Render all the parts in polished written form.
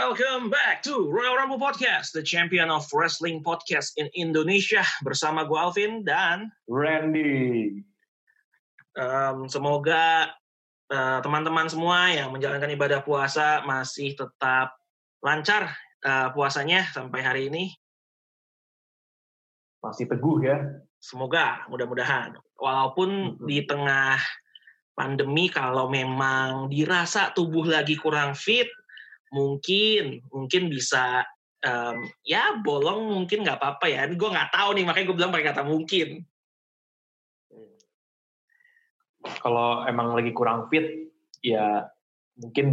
Welcome back to Royal Rumble Podcast, the champion of wrestling podcast in Indonesia. Bersama gue Alvin dan Randy. Semoga teman-teman semua yang menjalankan ibadah puasa masih tetap lancar puasanya sampai hari ini. Masih teguh ya. Semoga, mudah-mudahan. Walaupun di tengah pandemi, kalau memang dirasa tubuh lagi kurang fit, mungkin bisa bolong, mungkin nggak apa-apa ya. Gue nggak tahu nih, makanya gue bilang pakai kata mungkin. Kalau emang lagi kurang fit, ya mungkin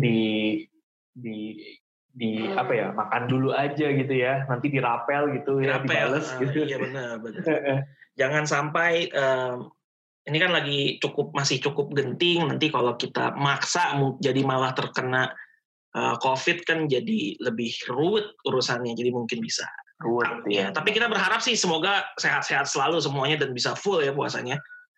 apa ya, makan dulu aja gitu ya. Nanti dirapel gitu ya, dibales gitu. Iya benar. Jangan sampai ini kan masih cukup genting. Nanti kalau kita maksa jadi malah terkena COVID kan jadi lebih ruwet urusannya, jadi mungkin bisa ruwet ya. Tapi kita berharap sih semoga sehat-sehat selalu semuanya dan bisa full ya puasanya.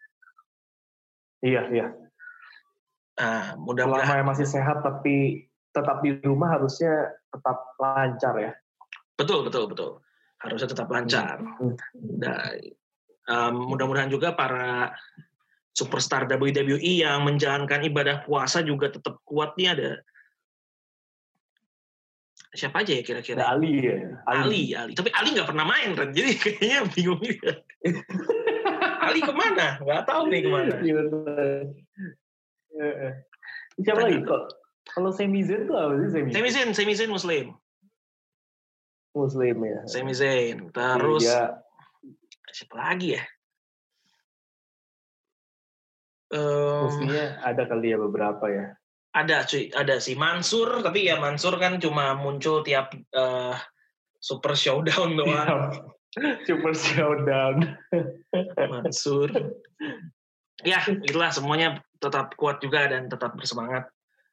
Iya. Mudah-mudahan selama masih sehat tapi tetap di rumah harusnya tetap lancar ya. Betul. Harusnya tetap lancar. Mudah-mudahan juga para superstar WWE yang menjalankan ibadah puasa juga tetap kuat nih. Ada siapa aja ya kira-kira? Ali ya. Ali. Tapi Ali nggak pernah main kan, jadi kayaknya bingung juga. Ali kemana? Nggak tahu nih kemana. Siapa lagi kok? Kalau Sami Zayn tuh apa sih? Sami Zayn Muslim ya. Sami Zayn. Terus siapa lagi ya? Mestinya ada kali ya beberapa ya. Ada si Mansur, tapi ya Mansur kan cuma muncul tiap Super Showdown doang. Super Showdown. Mansur. Ya, itulah semuanya tetap kuat juga dan tetap bersemangat.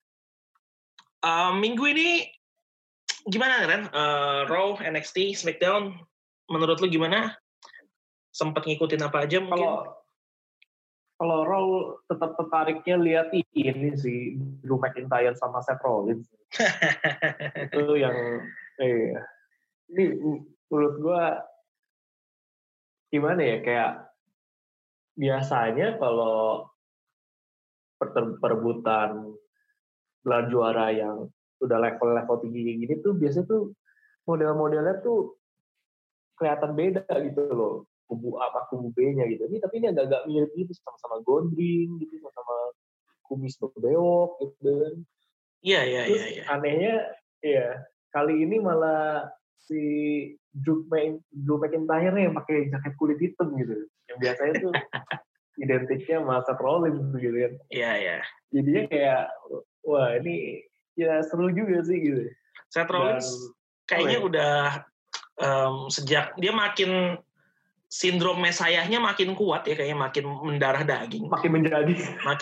Minggu ini gimana Ren? Raw, NXT, SmackDown, menurut lu gimana? Sempat ngikutin apa aja mungkin? Kalau Raw tetap tertariknya lihat ini sih, Drew McIntyre sama Seth Rollins. Itu yang ini menurut gua gimana ya, kayak biasanya kalau perebutan gelar juara yang udah level tinggi gini tuh biasanya tuh model-modelnya tuh kelihatan beda gitu loh, kubu A sama kubu B-nya gitu. Tapi ini agak mirip gitu, sama-sama gondring gitu, sama-sama kumis berbeok gitu kan. Iya. Anehnya ya kali ini malah si Drew McIntyre yang pakai jaket kulit hitam gitu. Yang biasanya tuh identiknya sama Seth Rollins gitu kan. Iya. Jadinya kayak wah ini ya seru juga sih gitu. Seth Rollins kayaknya udah sejak dia makin sindrom mesayahnya makin kuat ya, kayaknya makin mendarah daging. Makin menjadi.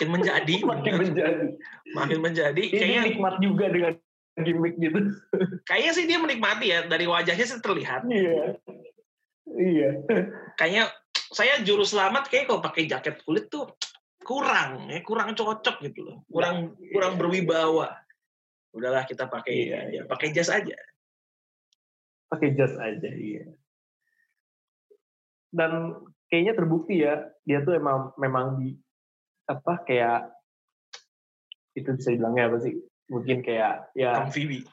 Kayaknya nikmat juga dengan gimmick gitu. Kayaknya sih dia menikmati ya, dari wajahnya sih terlihat. Iya. Kayaknya saya juru selamat kayak kalau pakai jaket kulit tuh kurang cocok gitu loh. Kurang berwibawa. Udahlah kita pakai pakai jas aja. Iya. Dan kayaknya terbukti ya, dia tuh memang di apa kayak itu bisa dibilangnya apa sih? Mungkin kayak ya amfibi.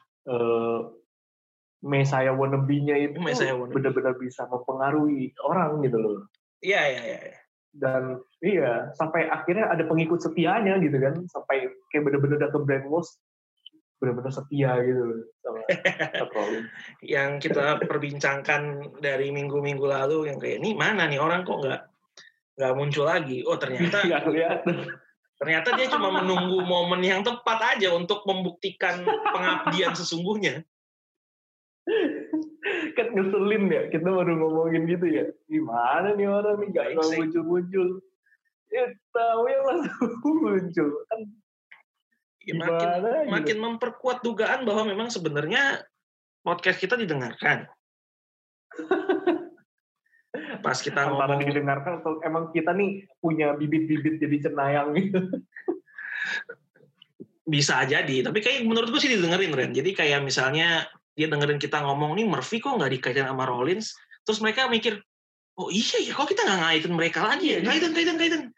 Messiah wannabe-nya itu benar-benar bisa mempengaruhi orang gitu loh. Iya. Dan sampai akhirnya ada pengikut setianya gitu kan, sampai kayak benar-benar udah ke brainwash, benar-benar setia gitu sama yang kita perbincangkan dari minggu-minggu lalu, yang kayak ini mana nih orang kok nggak muncul lagi. Oh ternyata dia cuma menunggu momen yang tepat aja untuk membuktikan pengabdian sesungguhnya. Kan ngeselin ya, kita baru ngomongin gitu ya, gimana nih orang nih nggak muncul ya, tahu ya langsung muncul kan. Makin memperkuat dugaan bahwa memang sebenarnya podcast kita didengarkan. Pas kita antara didengarkan atau emang kita nih punya bibit-bibit jadi cenayang gitu. Bisa jadi, tapi kayak menurut gue sih didengerin, Ren. Jadi kayak misalnya dia dengerin kita ngomong nih Murphy kok nggak dikaitin sama Rollins, terus mereka mikir, oh iya ya, kok kita nggak ngaitin mereka lagi ya? Kaitin.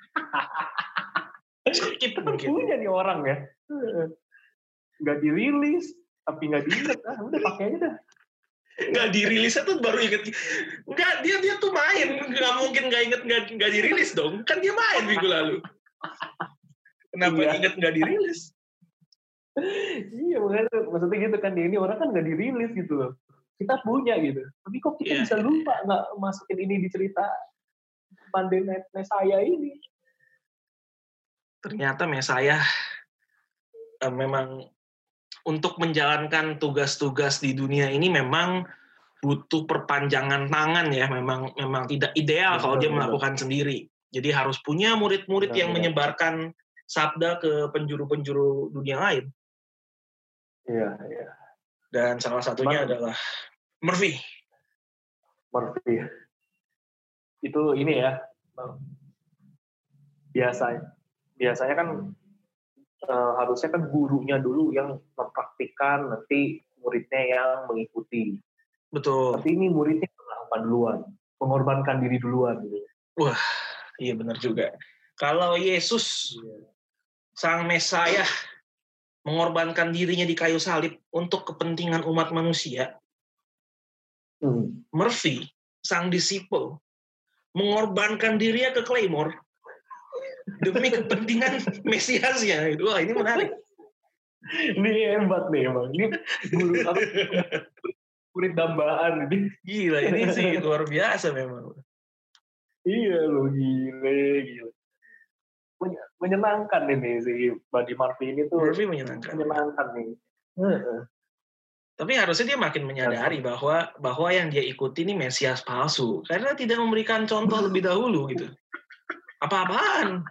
Skip mungkin. Punya nih orang ya. Nggak dirilis, tapi nggak diinget. Udah pakai aja dah. Nggak dirilisnya tuh baru inget. Nggak, dia tuh main. Nggak mungkin nggak inget nggak dirilis dong. Kan dia main minggu lalu. Kenapa inget nggak dirilis? Iya, maksudnya gitu kan. Ini orang kan nggak dirilis gitu loh. Kita punya gitu. Tapi kok kita bisa lupa nggak masukin ini di cerita Monday Night Messiah ini. Ternyata Messiah memang untuk menjalankan tugas-tugas di dunia ini memang butuh perpanjangan tangan ya. Memang tidak ideal kalau dia melakukan sendiri. Jadi harus punya murid-murid yang menyebarkan sabda ke penjuru-penjuru dunia lain. Iya. Dan salah satunya adalah Murphy. Itu ini ya. Biasanya kan harusnya kan gurunya dulu yang mempraktikkan, nanti muridnya yang mengikuti. Betul. Tapi ini muridnya melakukan duluan, mengorbankan diri duluan. Gitu. Wah, iya benar juga. Kalau Yesus, sang Mesias, mengorbankan dirinya di kayu salib untuk kepentingan umat manusia, Murphy, sang disiple, mengorbankan dirinya ke Claymore demi kepentingan Mesiasnya. Wah, ini menarik. Ini hebat nih emang. Ini murid dambaan ini. Gila, ini sih luar biasa memang. Iya loh, gila. Menyenangkan ini si Buddy Murphy ini tuh. Murphy menyenangkan nih. Tapi harusnya dia makin menyadari bahwa yang dia ikuti ini Mesias palsu karena tidak memberikan contoh lebih dahulu gitu. Apa-apaan?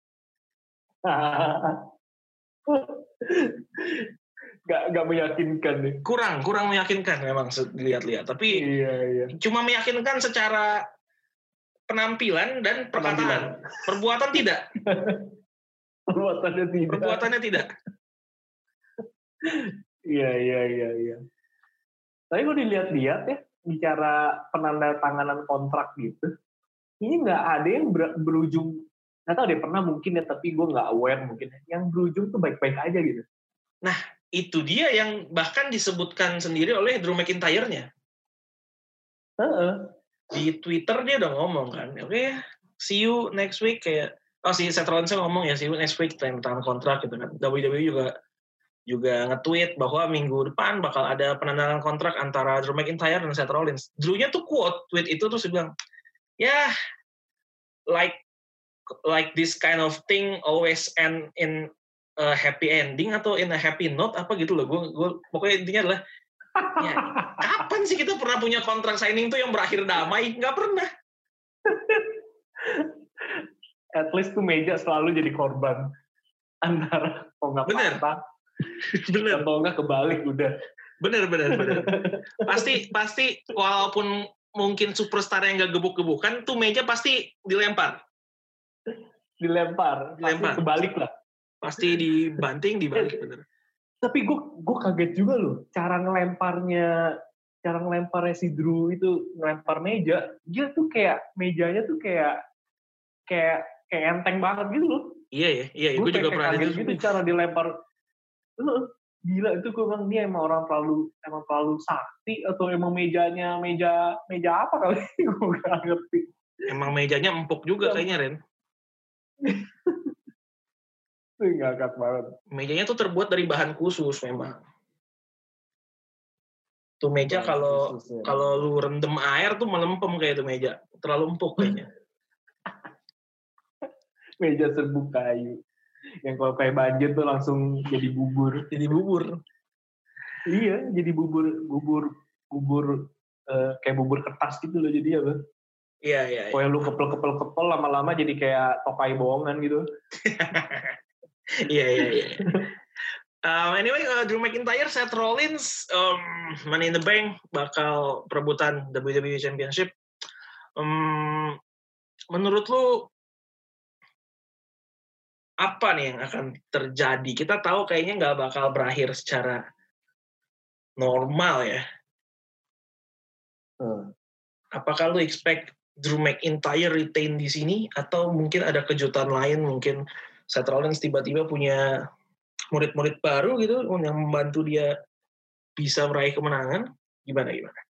Gak meyakinkan nih. Kurang meyakinkan memang dilihat-lihat. Tapi iya. Cuma meyakinkan secara penampilan dan perkataan. Perbuatan tidak. Perbuatannya tidak. Iya. Tapi gue dilihat-lihat ya, bicara penandatanganan kontrak gitu, ini nggak ada yang berujung, nggak tahu deh, pernah mungkin ya, tapi gue nggak aware mungkin, yang berujung tuh baik-baik aja gitu. Nah, itu dia yang bahkan disebutkan sendiri oleh Drew McIntyre-nya. Di Twitter dia udah ngomong kan, oke, see you next week, kayak, si Seth Rollins ngomong ya, see you next week, tentang kontrak gitu kan. WWE juga nge-tweet bahwa minggu depan bakal ada penandatanganan kontrak antara Drew McIntyre dan Seth Rollins. Drew-nya tuh quote tweet itu terus bilang, ya, like this kind of thing always end in a happy ending atau in a happy note apa gitu loh. Gue pokoknya intinya adalah, ya, kapan sih kita pernah punya kontrak signing tuh yang berakhir damai? Nggak pernah. At least tuh meja selalu jadi korban antara nggak patah. Bener. Atau nggak kebalik udah. Bener. Pasti walaupun mungkin superstar yang nggak gebuk-gebukan, tuh meja pasti dilempar. Pasti kebalik lah. Pasti dibanting, dibalik, bener. Tapi gue kaget juga loh, cara ngelemparnya si Drew itu ngelempar meja, dia tuh kayak mejanya tuh kayak enteng banget gitu loh. Iya, gue juga pernah kaget gitu cara dilempar. Gila, itu gue bilang dia emang terlalu sakti atau emang mejanya meja apa kali? Gue gak ngerti. Emang mejanya empuk juga kayaknya, Ren. Ngakak banget. Mejanya tuh terbuat dari bahan khusus memang. Tuh meja kalau lu rendem air tuh melempem kayak itu meja. Terlalu empuk kayaknya. Meja serbuk kayu. Yang kalau kayak banjir tuh langsung jadi bubur. Iya, jadi bubur kayak bubur kertas gitu loh jadi apa? Iya. Kalau lu kepel lama-lama jadi kayak tokai bohongan gitu. Iya. Anyway, Drew McIntyre, Seth Rollins, Money in the Bank bakal perebutan WWE Championship. Menurut lu apa nih yang akan terjadi? Kita tahu kayaknya nggak bakal berakhir secara normal ya. Apakah lu expect Drew McIntyre retain di sini atau mungkin ada kejutan lain, mungkin Seth Rollins tiba-tiba punya murid-murid baru gitu yang membantu dia bisa meraih kemenangan? Gimana?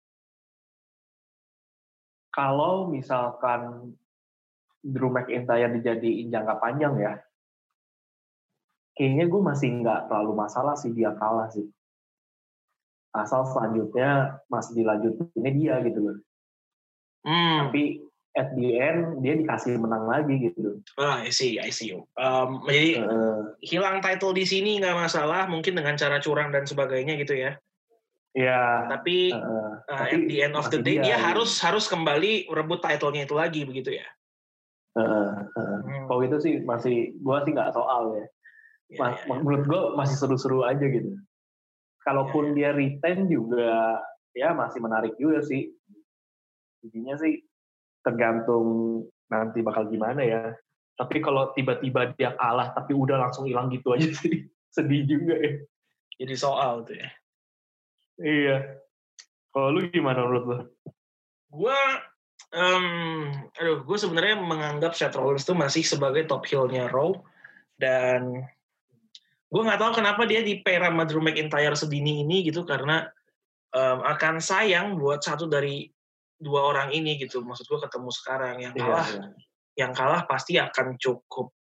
Kalau misalkan Drew McIntyre dijadiin jangka panjang ya, kayaknya gue masih nggak terlalu masalah sih dia kalah sih. Asal selanjutnya masih dilanjutinnya dia gitu loh. Tapi at the end dia dikasih menang lagi gitu. I see. Jadi hilang title di sini nggak masalah, mungkin dengan cara curang dan sebagainya gitu ya. Iya. Tapi at the end of the day dia harus kembali merebut title-nya itu lagi begitu ya. Kalau itu sih masih gue sih nggak soal ya. Menurut gue masih seru-seru aja gitu. Kalaupun dia retain juga ya masih menarik juga sih. Intinya sih tergantung nanti bakal gimana ya. Tapi kalau tiba-tiba dia kalah tapi udah langsung hilang gitu aja sih sedih juga ya. Jadi soal tuh ya. Iya. Kalau lu gimana menurut lu? Gue sebenarnya menganggap Seth Rollins itu masih sebagai top heel-nya Raw, dan gue nggak tahu kenapa dia di pair sama Drew McIntyre sedini ini gitu, karena akan sayang buat satu dari dua orang ini gitu. Maksud gue ketemu sekarang yang kalah pasti akan cukup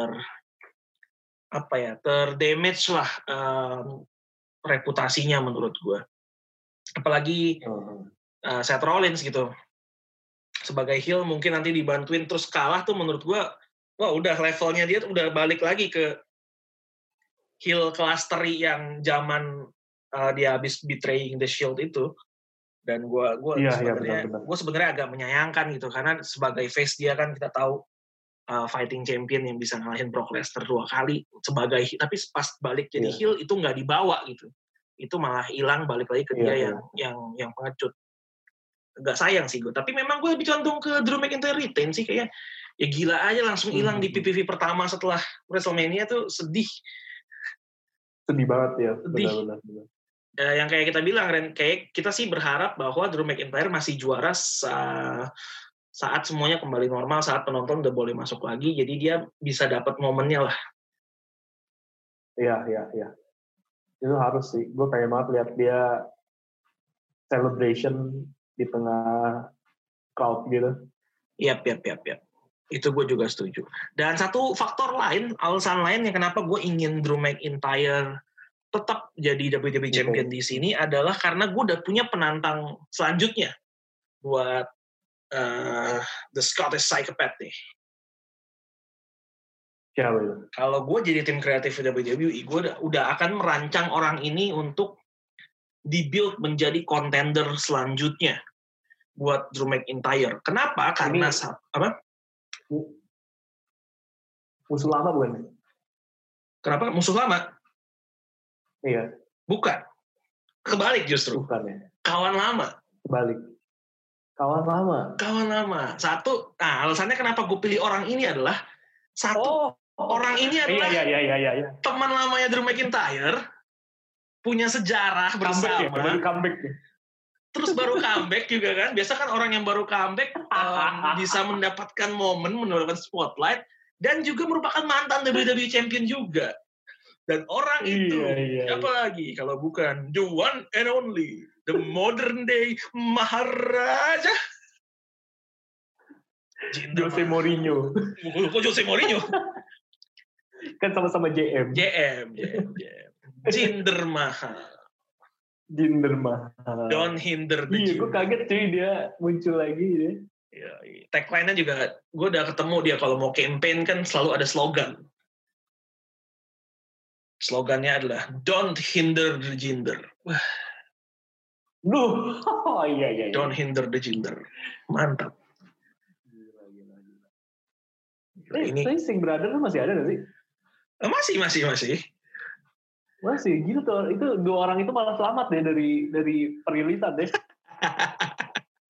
terdamage lah reputasinya menurut gue. Apalagi Seth Rollins gitu sebagai heel mungkin nanti dibantuin terus kalah tuh menurut gue, wah udah levelnya dia udah balik lagi ke heel kelas teri yang zaman dia habis betraying the Shield itu. Dan gue sebenarnya agak menyayangkan gitu, karena sebagai face dia kan kita tahu fighting champion yang bisa ngalahin Brock Lesnar 2 kali sebagai, tapi pas balik jadi heel itu nggak dibawa gitu, itu malah hilang balik lagi ke dia yang pengecut. Agak sayang sih gue, tapi memang gue lebih condong ke Drew McIntyre retain sih, kayak ya gila aja langsung hilang di PPV pertama setelah WrestleMania tuh sedih banget ya. Benar. Yang kayak kita bilang Ren, kayak kita sih berharap bahwa Drew McIntyre masih juara saat semuanya kembali normal, saat penonton udah boleh masuk lagi, jadi dia bisa dapat momennya lah. Iya. Itu harus sih. Gue pengen banget lihat dia celebration di tengah crowd gitu. Yap. Itu gue juga setuju. Dan satu faktor lain, alasan lain yang kenapa gue ingin Drew McIntyre tetap jadi WWE Champion di sini adalah karena gue udah punya penantang selanjutnya buat The Scottish Psychopath nih. Siapa itu? Kalau gue jadi tim kreatif WWE, gue udah akan merancang orang ini untuk dibuild menjadi contender selanjutnya buat Drew McIntyre. Kenapa? Karena musuh lama bukan? Kenapa musuh lama? Iya. Bukan. Kebalik justru. Bukan ya. Kawan lama. Kebalik. Kawan lama. Satu, alasannya kenapa gue pilih orang ini adalah orang ini adalah teman lamanya Drew McIntyre, punya sejarah bersama. Baru comeback. Terus baru comeback juga kan. Biasa kan orang yang baru comeback bisa mendapatkan momen, mendapatkan spotlight, dan juga merupakan mantan WWE Champion juga. Dan orang itu, siapa lagi kalau bukan the one and only, the modern day Maharaja Jose Mourinho. Kok Jose Mourinho? Kan sama-sama JM. Jinder Mahal. Don't hinder the Iya, gue kaget cuy dia muncul lagi deh. Ya, tagline-nya juga, gue udah ketemu dia kalau mau campaign kan selalu ada slogan. Slogannya adalah Don't hinder the Jinder. Wah. Iya. Don't hinder the Jinder. Mantap. Ini Singh Brother masih ada nggak sih? Masih. Masih gitu tuh. Itu dua orang itu malah selamat deh dari perilitan deh.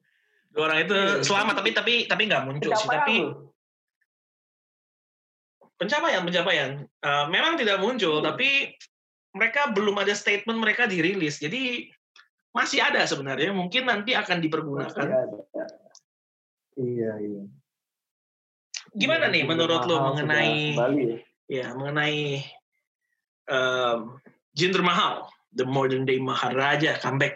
Dua orang itu selamat tapi nggak muncul sih. Tapi Pencapaian. Memang tidak muncul, tapi mereka belum ada statement mereka dirilis. Jadi masih ada sebenarnya. Mungkin nanti akan dipergunakan. Iya. Gimana nih menurut lo mengenai Jinder Mahal, the modern day Maharaja comeback?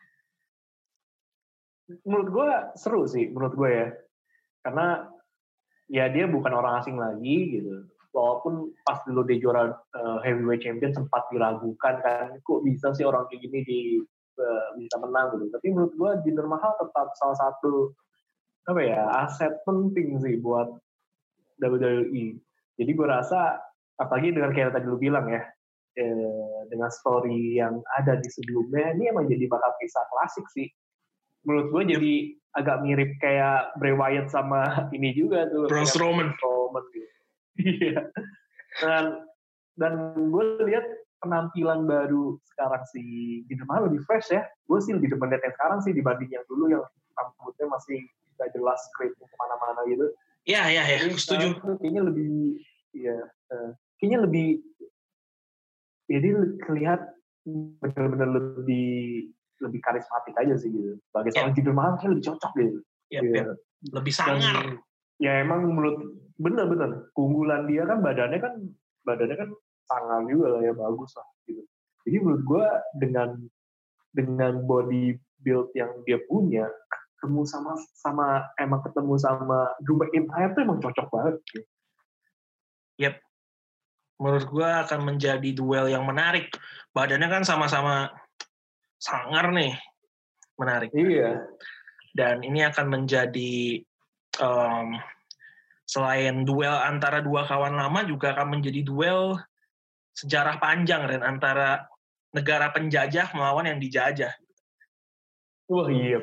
Menurut gue seru sih, menurut gue ya. Karena ya dia bukan orang asing lagi gitu. Walaupun pas dulu dia juara heavyweight champion sempat diragukan kan, kok bisa sih orang kayak gini bisa menang gitu. Tapi menurut gue Jinder Mahal tetap salah satu aset penting sih buat WWE. Jadi gue rasa apalagi dengan kayak tadi lu bilang ya, dengan story yang ada di sebelumnya, ini emang jadi bakal kisah klasik sih. Menurut gue jadi agak mirip kayak Bray Wyatt sama ini juga tuh. Braun Strowman gitu. Iya. Dan gue lihat penampilan baru sekarang si Jinder Mahal lebih fresh ya. Gue sih lebih demen yang sekarang sih dibanding yang dulu yang rambutnya masih gak jelas straight kemana-mana gitu. Iya, setuju. Kayaknya lebih jadi terlihat benar-benar lebih karismatik aja sih gitu. Bagi seorang Jinder Mahal kayak lebih cocok gitu. Iya. Lebih sangar. Ya emang menurut bener keunggulan dia kan badannya kan sangar juga lah ya, bagus lah gitu. Jadi menurut gue dengan body build yang dia punya, ketemu sama Drew McIntyre tuh emang cocok banget. Gitu. Yep. Menurut gue akan menjadi duel yang menarik. Badannya kan sama-sama sangar nih, menarik. Iya. Dan ini akan menjadi selain duel antara dua kawan lama juga akan menjadi duel sejarah panjang Ren, antara negara penjajah melawan yang dijajah. Wah iya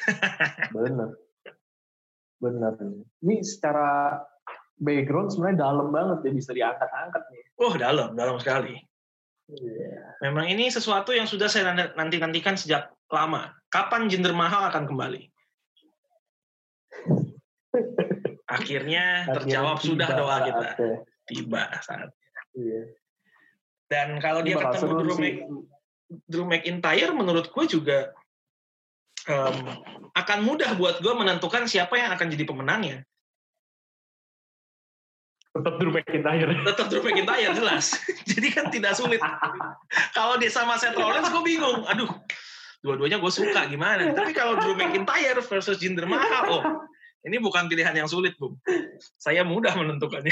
benar. Ini secara background sebenarnya dalam banget ya, bisa diangkat-angkat nih. Dalam sekali. Yeah. Memang ini sesuatu yang sudah saya nantikan sejak lama. Kapan Jinder Mahal akan kembali? Akhirnya terjawab sudah doa kita. Tiba saatnya. Iya. Dan kalau dia ketemu Drew McIntyre, menurut gue juga akan mudah buat gue menentukan siapa yang akan jadi pemenangnya. Tetap Drew McIntyre jelas. Jadi kan tidak sulit. Kalau dia sama Seth Rollins gue bingung. Aduh, dua-duanya gue suka gimana. Tapi kalau Drew McIntyre versus Jinder Mahal, ini bukan pilihan yang sulit, Bung. Saya mudah menentukannya.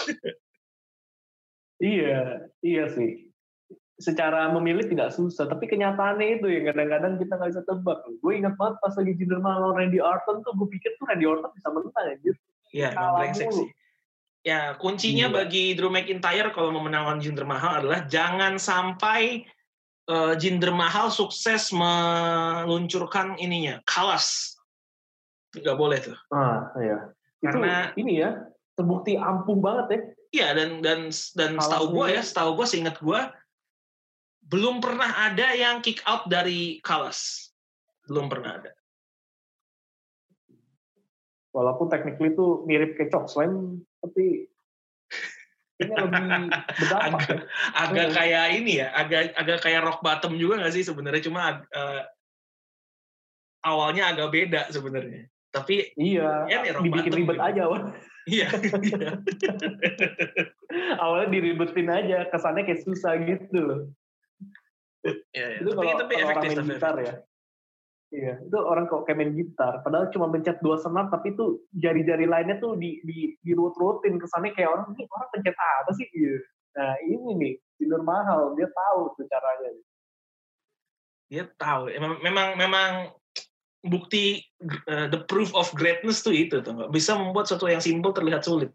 Iya sih. Secara memilih tidak susah, tapi kenyataannya itu yang kadang-kadang kita nggak bisa tebak. Gue ingat banget pas lagi Jinder Mahal Randy Orton tuh, gue pikir tuh Randy Orton bisa menang aja. Iya, brengsek sih. Ya, kuncinya bagi Drew McIntyre kalau memenangkan Jinder Mahal adalah jangan sampai Jinder Mahal sukses meluncurkan Callas. Nggak boleh tuh. Iya. Karena itu ini ya, terbukti ampuh banget ya. Iya, dan setahu gue, seingat gue, belum pernah ada yang kick out dari Callas. Belum pernah ada. Walaupun technically itu mirip kayak chokeslam, tapi ini lebih berdampak. agak kayak ini ya, agak kayak rock bottom juga nggak sih sebenarnya, cuma awalnya agak beda sebenarnya. Tapi iya, dibikin ribet juga aja, Wan. Iya. Awalnya diribetin aja, kesannya kayak susah gitu loh. Ya. Itu kalau efektif main gitar ya. Iya, itu orang kok kayak main gitar, padahal cuma mencet 2 senar, tapi tuh jari-jari lainnya tuh di root-rootin, kesannya kayak orang pencet apa sih gitu. Nah ini nih, Jinder Mahal, dia tahu tuh caranya. Dia tahu, memang bukti the proof of greatness tuh itu tuh, bisa membuat sesuatu yang simpel terlihat sulit.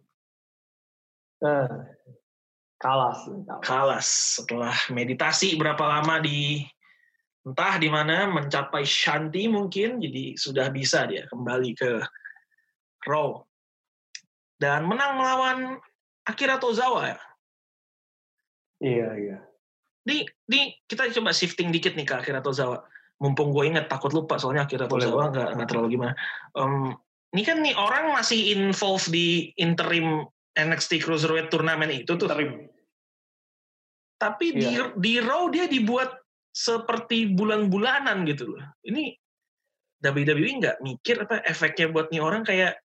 Callas setelah meditasi berapa lama entah di mana, mencapai Shanti mungkin, jadi sudah bisa dia kembali ke Raw dan menang melawan Akira Tozawa ya. Iya. Di kita coba shifting dikit nih ke Akira Tozawa. Mumpung gue inget, takut lupa soalnya Akira Tozawa nggak terlalu gimana. Ini kan nih orang masih involved di interim NXT Cruiserweight turnamen itu tuh. Tapi di Raw dia dibuat seperti bulan-bulanan gitu loh. Ini WWE nggak mikir apa efeknya buat nih orang kayak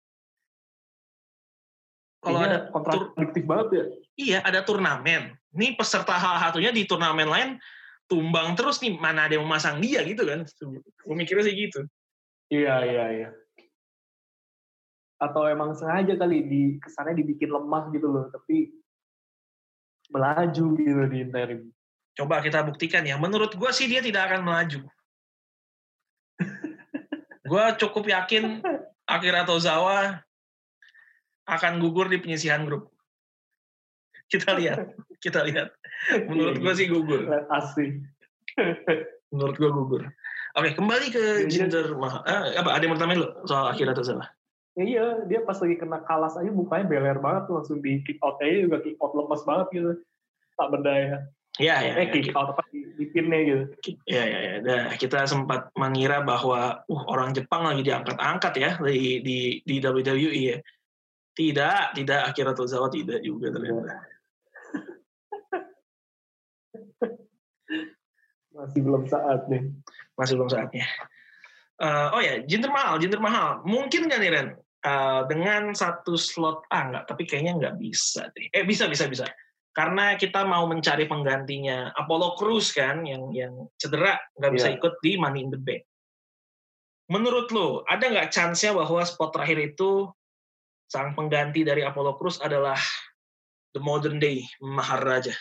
kalau ada kontradiktif banget ya. Iya, ada turnamen. Nih peserta satunya di turnamen lain tumbang terus nih, mana ada yang memasang dia gitu kan. Gue mikirnya sih gitu. Iya. Atau emang sengaja kali kesannya dibikin lemah gitu loh, tapi melaju gitu di interim. Coba kita buktikan ya. Menurut gue sih dia tidak akan melaju. Gue cukup yakin Akira Tozawa akan gugur di penyisihan grup. Kita lihat. Menurut gue sih gugur. Asli. Menurut gue gugur. Oke, kembali ke Jinder Mahal. Ada yang bertanya lo soal Akira Tozawa? Iya, dia pas lagi kena kalas aja mukanya beler banget tuh, langsung di kick out aja juga kick out lepas banget gitu. Tak berdaya. Iya. Kick out apa di pinnya gitu. Iya. Kita sempat mengira bahwa orang Jepang lagi diangkat-angkat ya di WWE ya. Tidak Akira Tozawa tidak juga ternyata. Masih belum saatnya. Jinder Mahal. Mungkin nggak nih Ren? Dengan satu slot enggak, tapi kayaknya nggak bisa deh. Bisa. Karena kita mau mencari penggantinya Apollo Crews kan, yang cedera nggak bisa ikut di Money in the Bank. Menurut lo, ada nggak chance-nya bahwa spot terakhir itu sang pengganti dari Apollo Crews adalah the modern day Maharaja?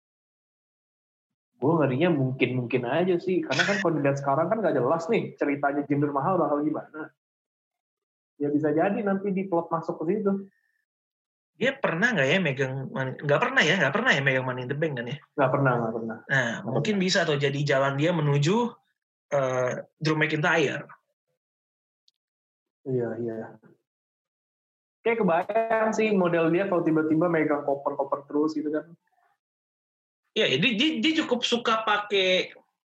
Gue ngerinya mungkin aja sih, karena kan kalau dilihat sekarang kan nggak jelas nih ceritanya Jinder Mahal bakal gimana. Ya bisa jadi nanti di plot masuk ke situ. Dia pernah nggak ya megang? Nggak pernah ya megang Money in the Bank kan ya? Nggak pernah. Nah, mungkin bisa atau jadi jalan dia menuju Drew McIntyre. Iya. Kayak kebayang sih model dia kalau tiba-tiba megang koper terus gitu kan. Iya, dia cukup suka pakai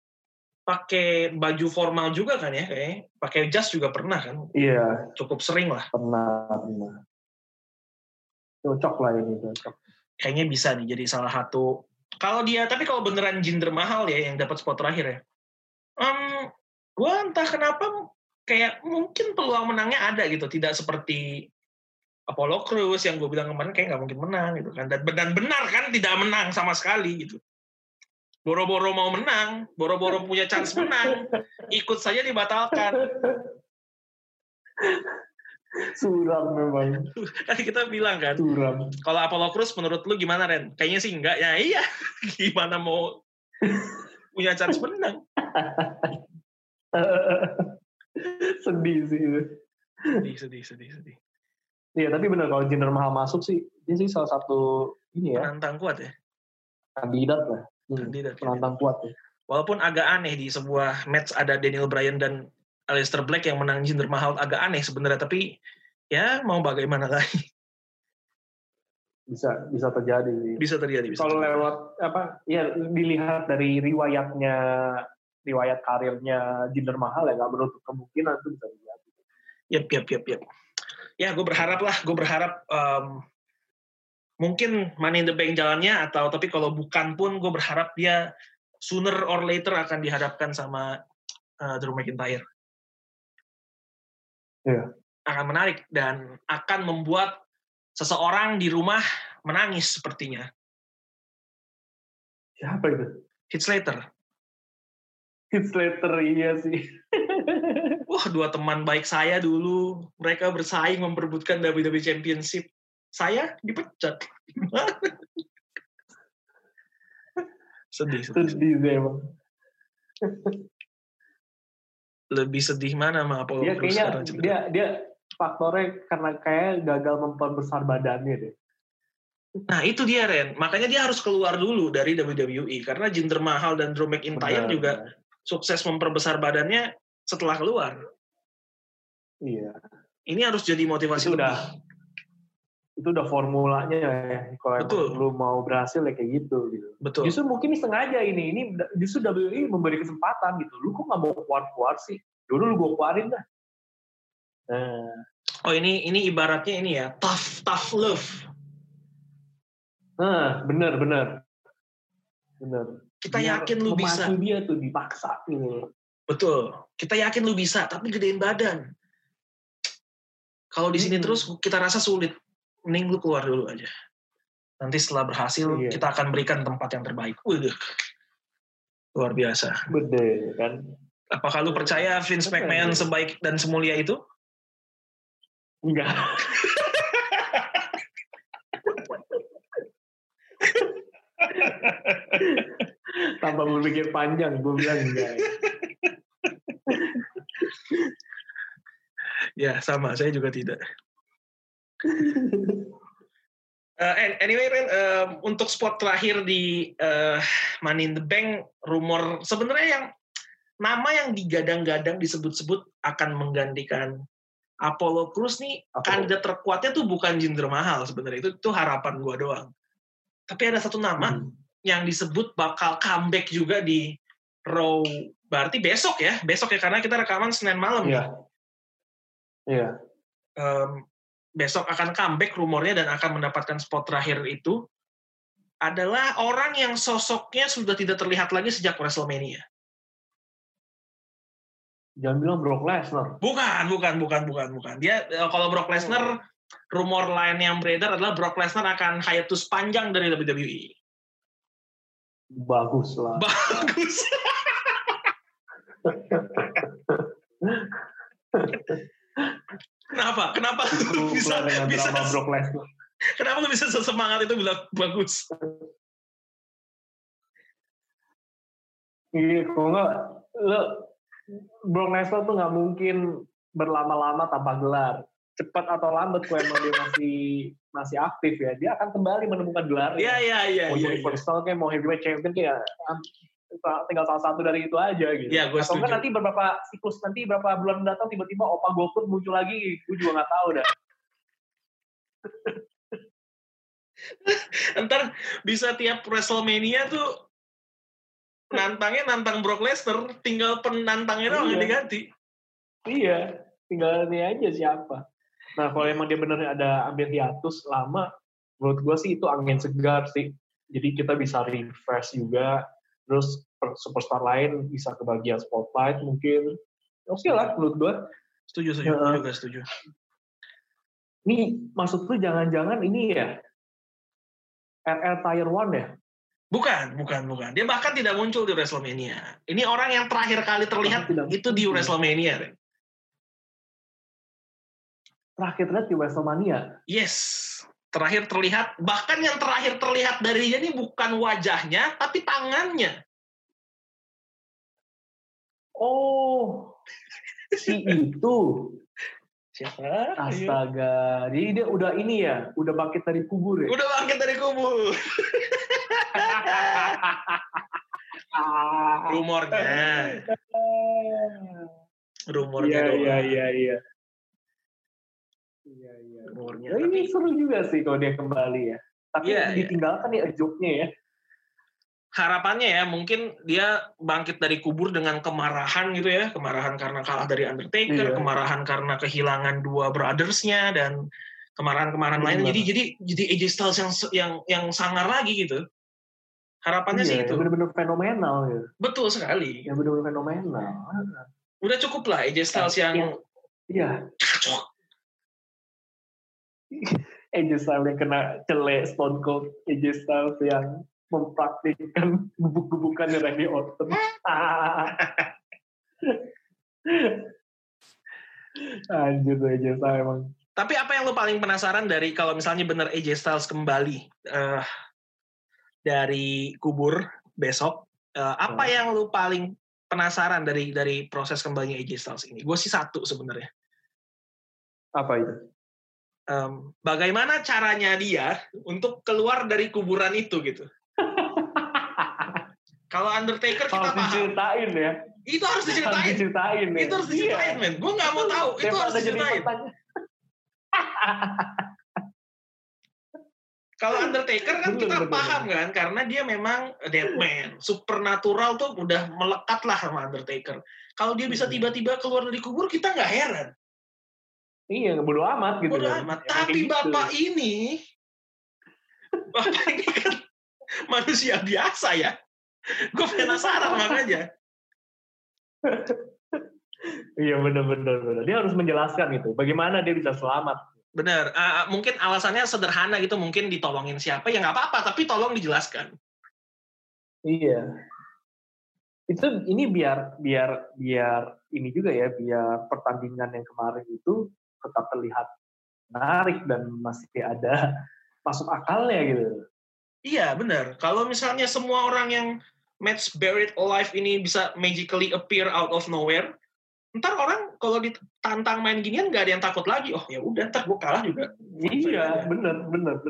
baju formal juga kan ya, kayak pakai jas juga pernah kan? Iya. Cukup sering lah. Pernah. Cocok lah ini. Kayaknya bisa nih jadi salah satu. Tapi kalau beneran Jinder Mahal ya yang dapat spot terakhir ya. Gue entah kenapa kayak mungkin peluang menangnya ada gitu, tidak seperti Apollo Crews yang gue bilang kemarin kayak nggak mungkin menang gitu kan, dan benar kan tidak menang sama sekali gitu. Boro-boro mau menang, boro-boro punya chance menang, ikut saja dibatalkan. Suram memang. Tadi kita bilang kan, suram. Kalau Apollo Crews menurut lu gimana Ren? Kayaknya sih enggak. Ya iya, gimana mau punya chance menang? Sedih sih. Sedih. Iya, tapi benar kalau Jinder Mahal masuk sih, dia sih salah satu ini ya. Penantang kuat ya. Kandidat lah. Penantang kuat ya. Walaupun agak aneh di sebuah match ada Daniel Bryan dan Aleister Black yang menang Jinder Mahal, agak aneh sebenarnya, tapi ya mau bagaimana lagi. Bisa terjadi sih. Bisa terjadi. Kalau lewat ya dilihat dari riwayat karirnya Jinder Mahal ya nggak menutup kemungkinan itu bisa terjadi. Yap. Ya gue berharap mungkin Money in the Bank jalannya, tapi kalau bukan pun gue berharap dia sooner or later akan dihadapkan sama Drew McIntyre. Iya. Akan menarik dan akan membuat seseorang di rumah menangis sepertinya. Siapa itu? Heath Slater, iya sih. Wah, 2 teman baik saya dulu. Mereka bersaing memperebutkan WWE Championship. Saya dipecat. Sedih emang. Lebih sedih mana sama Apollo Crews sekarang? Dia faktornya karena kayak gagal memperbesar badannya deh. Nah itu dia Ren. Makanya dia harus keluar dulu dari WWE. Karena Jinder Mahal dan Drew McIntyre juga sukses memperbesar badannya setelah keluar. Iya. Ini harus jadi motivasi itu udah formulanya ya. Kalau lu mau berhasil ya kayak gitu. Betul. Justru mungkin sengaja ini justru WWE memberi kesempatan gitu. Lu kok nggak mau keluar sih? Dulu lu gue keluarin dah. Oh ini ibaratnya ini ya, tough love. Bener. Kita yakin lu bisa. Memacu dia tuh dipaksa gitu. Betul. Kita yakin lu bisa, tapi gedein badan. Kalau di sini terus kita rasa sulit, mending lu keluar dulu aja. Nanti setelah berhasil, kita akan berikan tempat yang terbaik. Waduh, luar biasa. Bener kan? Apakah lu percaya Vince McMahon sebaik dan semulia itu? Enggak. Tanpa berpikir panjang, gue bilang enggak. Ya, sama. Saya juga tidak. Anyway, Ren, untuk spot terakhir di Money in the Bank, rumor sebenarnya yang nama yang digadang-gadang disebut-sebut akan menggantikan Apollo Crews nih, kandidat terkuatnya tuh bukan Jinder Mahal sebenarnya. Itu harapan gue doang. Tapi ada satu nama yang disebut bakal comeback juga di Raw. Berarti besok ya karena kita rekaman Senin malam. Iya. Besok akan comeback rumornya dan akan mendapatkan spot terakhir itu adalah orang yang sosoknya sudah tidak terlihat lagi sejak WrestleMania. Jangan bilang Brock Lesnar. Bukan. Dia kalau Brock Lesnar, rumor lain yang beredar adalah Brock Lesnar akan hiatus panjang dari WWE. Bagus lah. Kenapa lu bisa Brock Lesnar? Kenapa lu bisa sesemangat itu bilang bagus? Iya, kalau nggak Brock Lesnar tuh nggak mungkin berlama-lama tanpa gelar. Cepat atau lambat, kalau emang dia masih aktif ya, dia akan kembali menemukan gelar. Iya. Mau Universal kayak mau Heavyweight Champion kayak tinggal salah satu dari itu aja gitu. Iya, gue setuju. Atau kan nanti beberapa bulan mendatang tiba-tiba Opa Goku muncul lagi, gue juga nggak tahu dah. Ntar bisa tiap WrestleMania tuh nantang Brock Lesnar, tinggal penantangnya doang yang diganti. Iya, tinggal ini aja siapa. Nah, kalau emang dia bener ada ambil hiatus lama, menurut gue sih itu angin segar sih. Jadi kita bisa refresh juga, terus superstar lain bisa kebagian spotlight mungkin. Oke lah, menurut gue. Setuju. Gue juga setuju. Nih, maksud lu jangan-jangan ini ya, RL Tier 1 ya? Bukan. Dia bahkan tidak muncul di WrestleMania. Ini orang yang terakhir kali terlihat itu di WrestleMania. Terakhir terlihat di WrestleMania? Yes. Terakhir terlihat, bahkan yang terakhir terlihat dari dia ini bukan wajahnya, tapi tangannya. Oh, si itu. Siapa? Astaga, jadi dia udah ini ya, udah bangkit dari kubur ya? Udah bangkit dari kubur. Rumornya Iya. Rumornya. Nah, ini seru juga sih kalau dia kembali ya. Tapi ditinggalkan ya joke-nya ya. Harapannya ya, mungkin dia bangkit dari kubur dengan kemarahan gitu ya. Kemarahan karena kalah dari Undertaker, kemarahan karena kehilangan dua brothers-nya, dan kemarahan-kemarahan lainnya. Jadi AJ Styles yang sangar lagi gitu. Harapannya sih itu. Benar-benar fenomenal ya. Betul sekali. Yang benar-benar fenomenal. Udah cukup lah AJ Styles yang cocok. AJ Styles yang kena celek Stone Cold. AJ Styles yang mempraktikkan gebuk-gebukan Randy Orton. Anjir AJ Styles emang. Tapi apa yang lo paling penasaran dari kalau misalnya benar AJ Styles kembali dari kubur besok? Apa yang lo paling penasaran dari proses kembalinya AJ Styles ini? Gue sih satu sebenarnya. Apa itu? Bagaimana caranya dia untuk keluar dari kuburan itu gitu? Kalau Undertaker kita paham. Diceritain ya. Itu harus diceritain. Itu harus diceritain, men. Gue nggak mau tahu. Itu harus diceritain. Kalau Undertaker kan kita paham kan, karena dia memang deadman, supernatural tuh udah melekat lah sama Undertaker. Kalau dia bisa tiba-tiba keluar dari kubur, kita nggak heran. Iya, bodo amat gitu. Bodo amat. Tapi bapak ini Wah, ini kan manusia biasa ya. Gue penasaran makanya. Iya benar. Dia harus menjelaskan itu. Bagaimana dia bisa selamat. Benar. Mungkin alasannya sederhana gitu. Mungkin ditolongin siapa ya nggak apa-apa. Tapi tolong dijelaskan. Iya. Ini biar ini juga ya, biar pertandingan yang kemarin itu tetap terlihat menarik dan masih ada masuk akalnya gitu. Iya benar. Kalau misalnya semua orang yang match Buried Alive ini bisa magically appear out of nowhere, ntar orang kalau ditantang main ginian nggak ada yang takut lagi. Oh ya udah, ntar gue kalah juga. Iya, benar.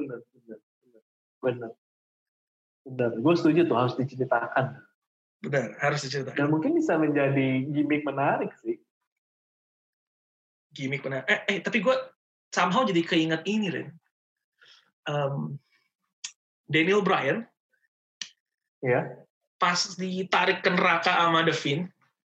Gue setuju tuh, harus diceritakan. Benar, harus diceritakan. Dan mungkin bisa menjadi gimmick menarik sih. Gimmick menarik. Tapi gue somehow jadi keinget ini, Ren. Daniel Bryan. Ya. Pas ditarik ke neraka sama The Fiend.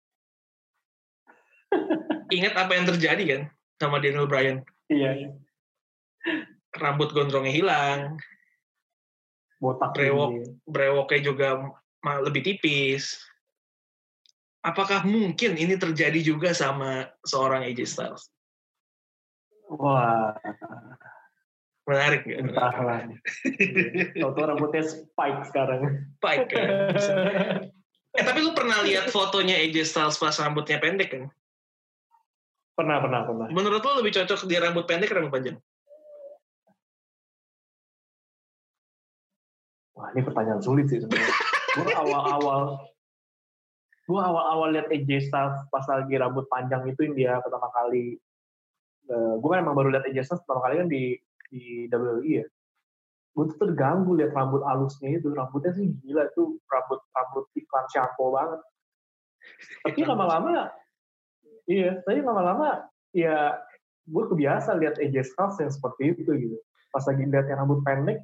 Ingat apa yang terjadi kan sama Daniel Bryan? Iya. Rambut gondrongnya hilang. Botak. Brewoknya juga lebih tipis. Apakah mungkin ini terjadi juga sama seorang AJ Styles? Wah. Menarik nggak? Entahlah. Tahu-tahu rambutnya spike sekarang. Spike kan? Tapi lu pernah lihat fotonya AJ Styles pas rambutnya pendek kan? Pernah. Menurut lu lebih cocok dia rambut pendek atau rambut panjang? Wah, ini pertanyaan sulit sih sebenarnya. Gue awal-awal lihat AJ Styles pas lagi rambut panjang itu yang dia pertama kali. Gue kan emang baru lihat AJ Styles pertama kali kan di WWE ya. Gue tuh terganggu lihat rambut alusnya itu. Rambutnya sih gila tuh, rambut iklan shampoo banget. Tapi lama-lama ya gue kebiasa lihat AJ Styles yang seperti itu gitu. Pas lagi lihat yang rambut pendek,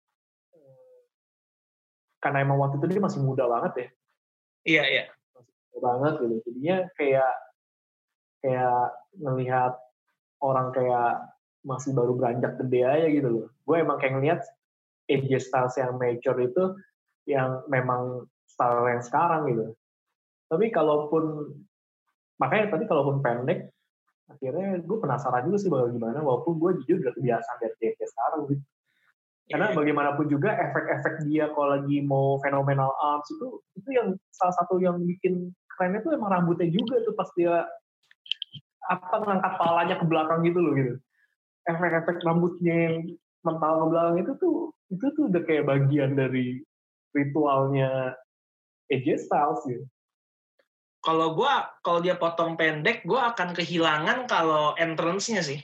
karena emang waktu itu dia masih muda banget ya. Iya. Masih muda banget gitu. Jadinya kayak ngelihat orang kayak masih baru beranjak gede aja gitu loh. Gue emang kayak ngelihat AJ Styles yang mature itu yang memang style yang sekarang gitu. Tapi kalaupun pendek, akhirnya gue penasaran juga sih bakal gimana, walaupun gue jujur udah kebiasaan dari AJ sekarang gitu. Karena bagaimanapun juga efek-efek dia kalau lagi mau phenomenal arms itu yang salah satu yang bikin kerennya tuh emang rambutnya juga tuh pas dia ngangkat palanya ke belakang gitu loh gitu. Efek-efek rambutnya yang mental ke belakang itu tuh udah kayak bagian dari ritualnya AJ Styles gitu. Kalau dia potong pendek, gue akan kehilangan kalau entrance-nya sih.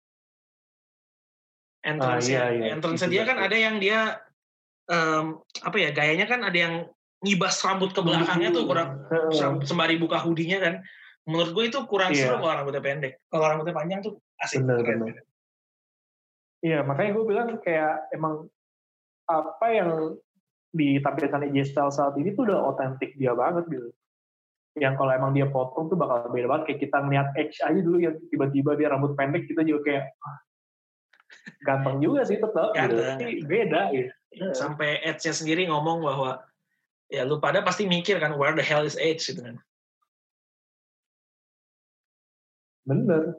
Entrance dia kan ada yang dia gayanya kan ada yang ngibas rambut ke belakangnya tuh kurang sembari buka hoodie-nya kan. Menurut gue itu kurang seru kalau rambutnya pendek. Kalau rambutnya panjang tuh asik. Bener. Iya, makanya gue bilang kayak emang apa yang ditampilkan AJ Styles saat ini tuh udah otentik dia banget gitu. Yang kalau emang dia potong tuh bakal beda banget. Kayak kita ngeliat Edge aja dulu yang tiba-tiba dia rambut pendek, kita juga kayak ganteng juga sih tetap gitu. Tapi beda gitu. Sampai Edge-nya sendiri ngomong bahwa ya lu pada pasti mikir kan where the hell is Edge gitu kan. Bener.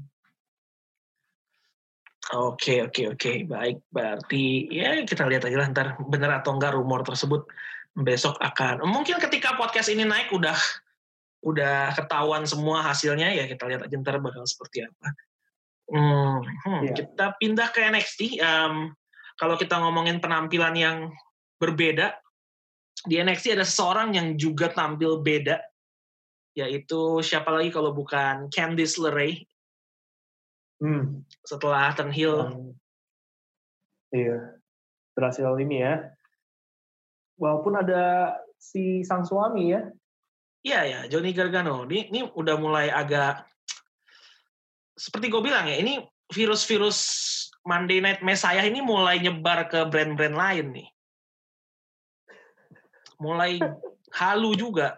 Oke. Baik, berarti ya kita lihat aja lah ntar bener atau enggak rumor tersebut besok akan. Mungkin ketika podcast ini naik udah ketahuan semua hasilnya ya, kita lihat aja ntar bakal seperti apa. Kita pindah ke NXT. Kalau kita ngomongin penampilan yang berbeda, di NXT ada seseorang yang juga tampil beda, yaitu siapa lagi kalau bukan Candice LeRae. Setelah turn heel. Iya, berhasil ini ya. Walaupun ada si sang suami ya. Iya, Johnny Gargano. Ini udah mulai agak, seperti gue bilang ya, ini virus-virus Monday Night Messiah ini mulai nyebar ke brand-brand lain nih. Mulai halu juga.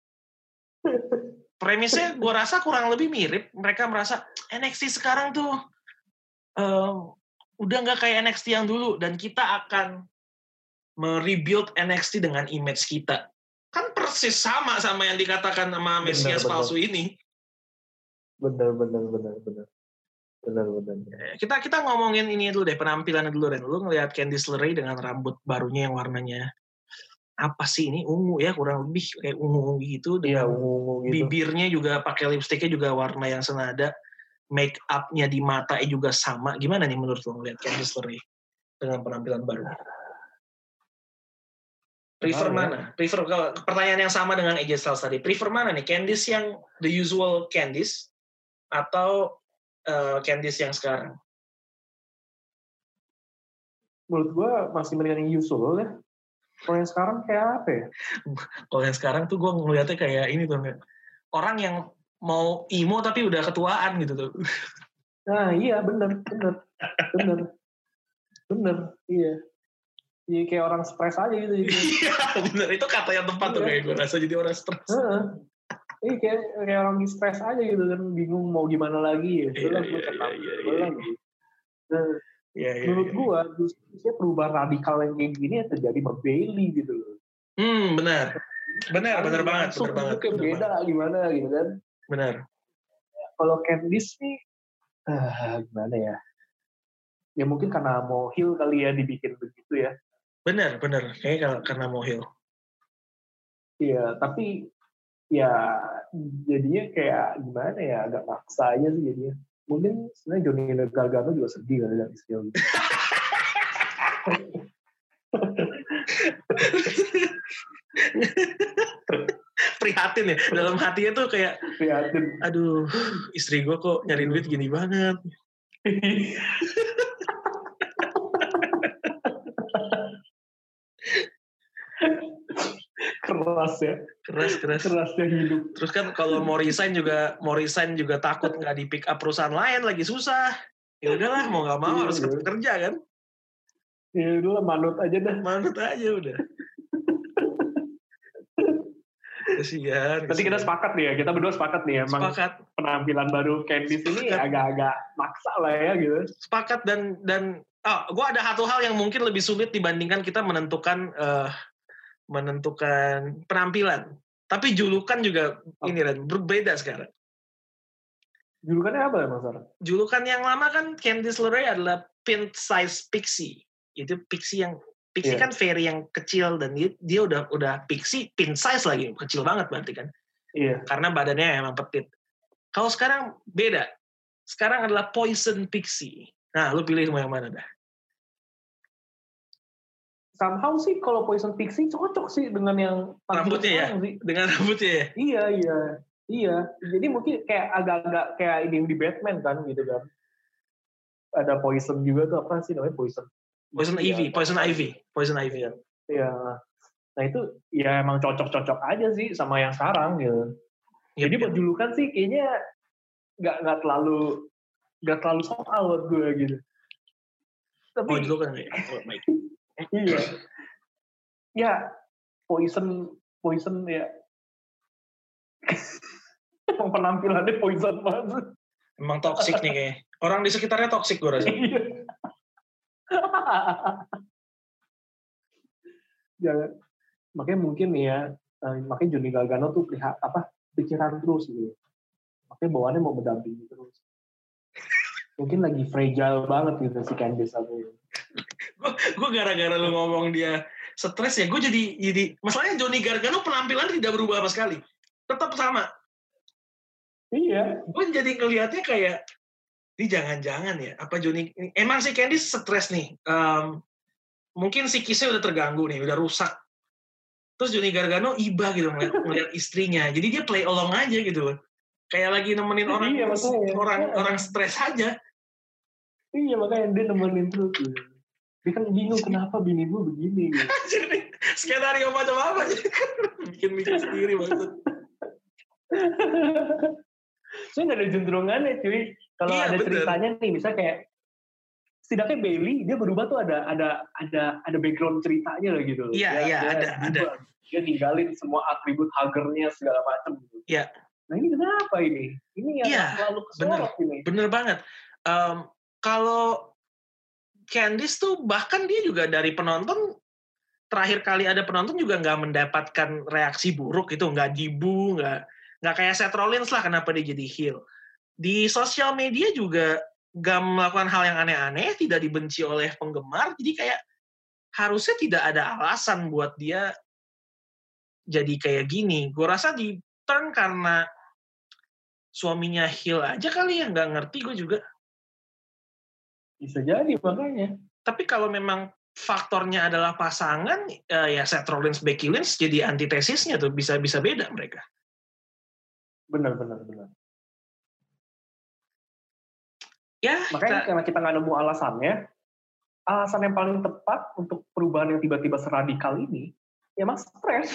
Premisnya gue rasa kurang lebih mirip. Mereka merasa NXT sekarang tuh udah nggak kayak NXT yang dulu, dan kita akan merebuild NXT dengan image kita. Kan persis sama yang dikatakan sama Mesias palsu ini. Bener. Kita ngomongin ini dulu deh, penampilannya dulu, Ren. Lu ngelihat Candice LeRae dengan rambut barunya yang warnanya apa sih ini, ungu ya, kurang lebih kayak ungu gitu, dengan ungu gitu. Bibirnya juga pakai lipstiknya juga warna yang senada, make up-nya di matanya juga sama. Gimana nih menurut lo ngelihat Candice LeRae dengan penampilan baru? Prefer mana? Prefer, kalau pertanyaan yang sama dengan AJ Styles tadi, prefer mana nih? Candice yang the usual Candice atau Candice yang sekarang? Menurut gue masih mendingan yang usual ya. Kalau yang sekarang kayak apa ya? Kalau yang sekarang tuh gue ngeliatnya kayak ini tuh, orang yang mau emo tapi udah ketuaan gitu tuh. Nah iya bener, iya. Iya kayak orang stres aja gitu. Iya bener, itu kata yang tepat tuh kayak gue rasa, jadi orang stres. Iya kayak orang stres aja gitu kan, bingung mau gimana lagi ya. Menurut gue justru perubahan radikal yang kayak gini ya terjadi sama Bailey gitu loh. Benar banget. Kayak beda gimana gitu kan. Benar. Kalau Candice nih, gimana ya? Ya mungkin karena mau heel kali ya dibikin begitu ya. Benar. Kayaknya karena mau heel. Iya, tapi ya jadinya kayak gimana ya, agak maksa aja sih jadinya. Mungkin sebenarnya Johnny Gargano juga sedih kali dari skill gitu. Prihatin ya, dalam hatinya tuh kayak prihatin. Aduh, istri gue kok nyari duit gini banget. Kerasnya hidup. Terus kan kalau mau resign juga takut nggak di pick up perusahaan lain, lagi susah. Ya udahlah, mau nggak mau harus kerja kan. Ya udahlah, manut aja udah. Kasihan. Berarti kita sepakat nih ya, kita berdua sepakat nih ya. Sepakat. Penampilan baru Candice ini agak-agak maksa lah ya gitu. Sepakat, dan gue ada satu hal yang mungkin lebih sulit dibandingkan kita menentukan penampilan. Tapi julukan juga ini Ren, berbeda sekarang. Julukannya apa ya Mas Sarah? Julukan yang lama kan Candice LeRae adalah pint size pixie. Itu pixie kan fairy yang kecil, dan dia udah pixie pint size lagi, kecil banget berarti kan. Iya. Karena badannya emang petit. Kalau sekarang beda. Sekarang adalah poison pixie. Nah, lu pilih mau yang mana dah? Somehow sih kalau poison pixie cocok sih dengan yang rambutnya ya. Sih. Dengan rambutnya ya. Iya. Jadi mungkin kayak agak-agak kayak ini di Batman kan gitu kan. Ada poison juga tuh, apa sih namanya, poison Ivy. Iya. Nah itu ya emang cocok-cocok aja sih sama yang sekarang gitu. Jadi buat julukan sih kayaknya nggak terlalu soal buat gue gitu. Tapi julukan ya. Baik. Iya. Ya poison ya. Emang penampilannya poison banget. Emang toksik nih kayaknya. Orang di sekitarnya toksik gue rasa. Ya, makanya mungkin ya, makanya Johnny Gargano tuh pikiran terus gitu. Makanya bawaannya mau mendampingi terus. Mungkin lagi fragile banget gitu si Candice aku. Gue gara-gara lu ngomong dia stres ya, gue jadi masalahnya Johnny Gargano penampilan tidak berubah sama sekali. Tetap sama. Iya. Gue jadi ngelihatnya kayak, ini jangan-jangan ya, apa Johnny, emang si Candice stres nih. Mungkin psikisnya udah terganggu nih, udah rusak. Terus Johnny Gargano iba gitu ngeliat istrinya. Jadi dia play along aja gitu loh. Kayak lagi nemenin orang stres aja. Iya, makanya dia nemenin terus. Dia kan bingung kenapa bini gue begini. Jadi skenario macam apa sih? Bikin sendiri maksud. Saya nggak ada juntrungannya cuy. Kalau ada ceritanya nih, misalnya kayak setidaknya Bailey dia berubah tuh ada background ceritanya lah gitu. Iya, ada. Dia ninggalin semua atribut Hagernya segala macam gitu. Iya. Nah ini kenapa ini? Ini yang selalu kesorot ini. Bener banget. Kalau Candice tuh bahkan dia juga dari penonton, terakhir kali ada penonton juga nggak mendapatkan reaksi buruk itu, nggak dibu, nggak kayak Seth Rollins lah kenapa dia jadi heel. Di sosial media juga nggak melakukan hal yang aneh-aneh, tidak dibenci oleh penggemar, jadi kayak harusnya tidak ada alasan buat dia jadi kayak gini. Gue rasa di turn karena suaminya heel aja kali ya, nggak ngerti gue juga. Bisa jadi makanya. Tapi kalau memang faktornya adalah pasangan, ya Seth Rollins, Becky Lynch jadi antitesisnya tuh, bisa beda mereka. Benar. Ya, makanya karena kita nggak nemu alasan yang paling tepat untuk perubahan yang tiba-tiba seradikal ini, ya emang stres.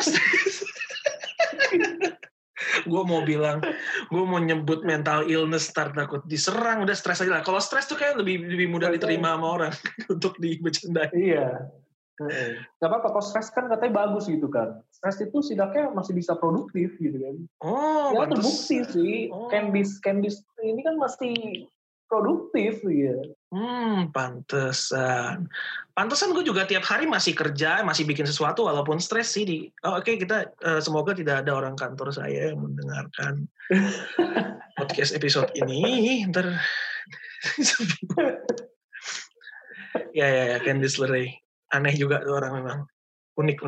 Gue mau nyebut mental illness, takut diserang, udah stres aja lah. Kalau stres tuh kayak lebih mudah diterima sama orang untuk dibecandai. Iya. Gak apa-apa, kalau stres kan katanya bagus gitu kan. Stres itu setidaknya masih bisa produktif gitu kan. Ya terbukti sih. Candice ini kan masih produktif ya. Pantesan gue juga tiap hari masih kerja, masih bikin sesuatu walaupun stres sih. Oke, kita semoga tidak ada orang kantor saya yang mendengarkan podcast episode ini. Ntar ya Candice LeRae. Aneh juga tuh orang memang. Unik.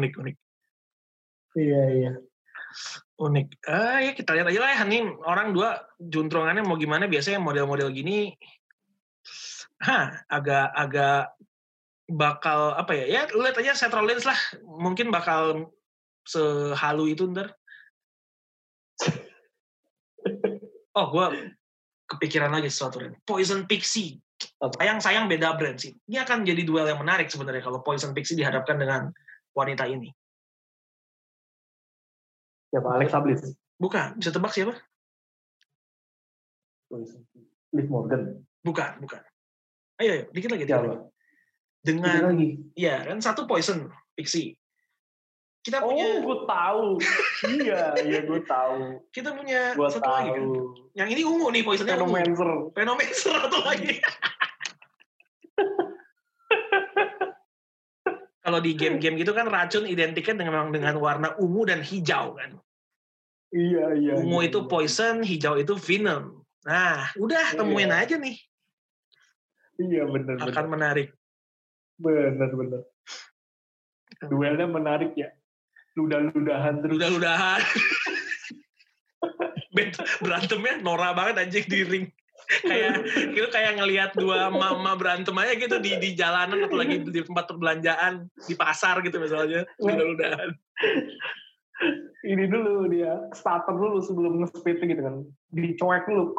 Iya. Unik. Ya kita lihat aja lah ya. Nih orang dua juntrungannya mau gimana. Biasanya model-model gini agak bakal apa ya? Ya lihat aja Seth Rollins lah. Mungkin bakal sehalu itu ntar. Gue kepikiran lagi sesuatu. Poison Pixie. Sayang beda brand sih. Ini akan jadi duel yang menarik sebenarnya kalau Poison Pixie dihadapkan dengan wanita ini. Siapa? Alexa Bliss? Bukan. Bisa tebak siapa? Liv Morgan? Bukan. Ayo, dikit lagi. Dengan, iya kan satu Poison Pixie. Kita punya. Gue tahu. Iya, gue tahu. Kita punya satu lagi kan. Yang ini ungu nih Poisonnya. Phenomancer atau lagi. Kalau di game-game gitu kan racun identiknya dengan warna ungu dan hijau kan. Iya. Ungu itu Poison, hijau itu Venom. Nah, udah temuin aja nih. Iya benar. Akan menarik. Benar. Duelnya menarik ya. Ludah-ludahan terus. Ludah-ludahan. Berantemnya norak banget anjing di ring. Kayak ngelihat dua mama berantem aja gitu di jalanan atau lagi di tempat perbelanjaan di pasar gitu misalnya. Ludah-ludahan. Ini dulu dia starter dulu sebelum nge-speed gitu kan. Dicoek dulu.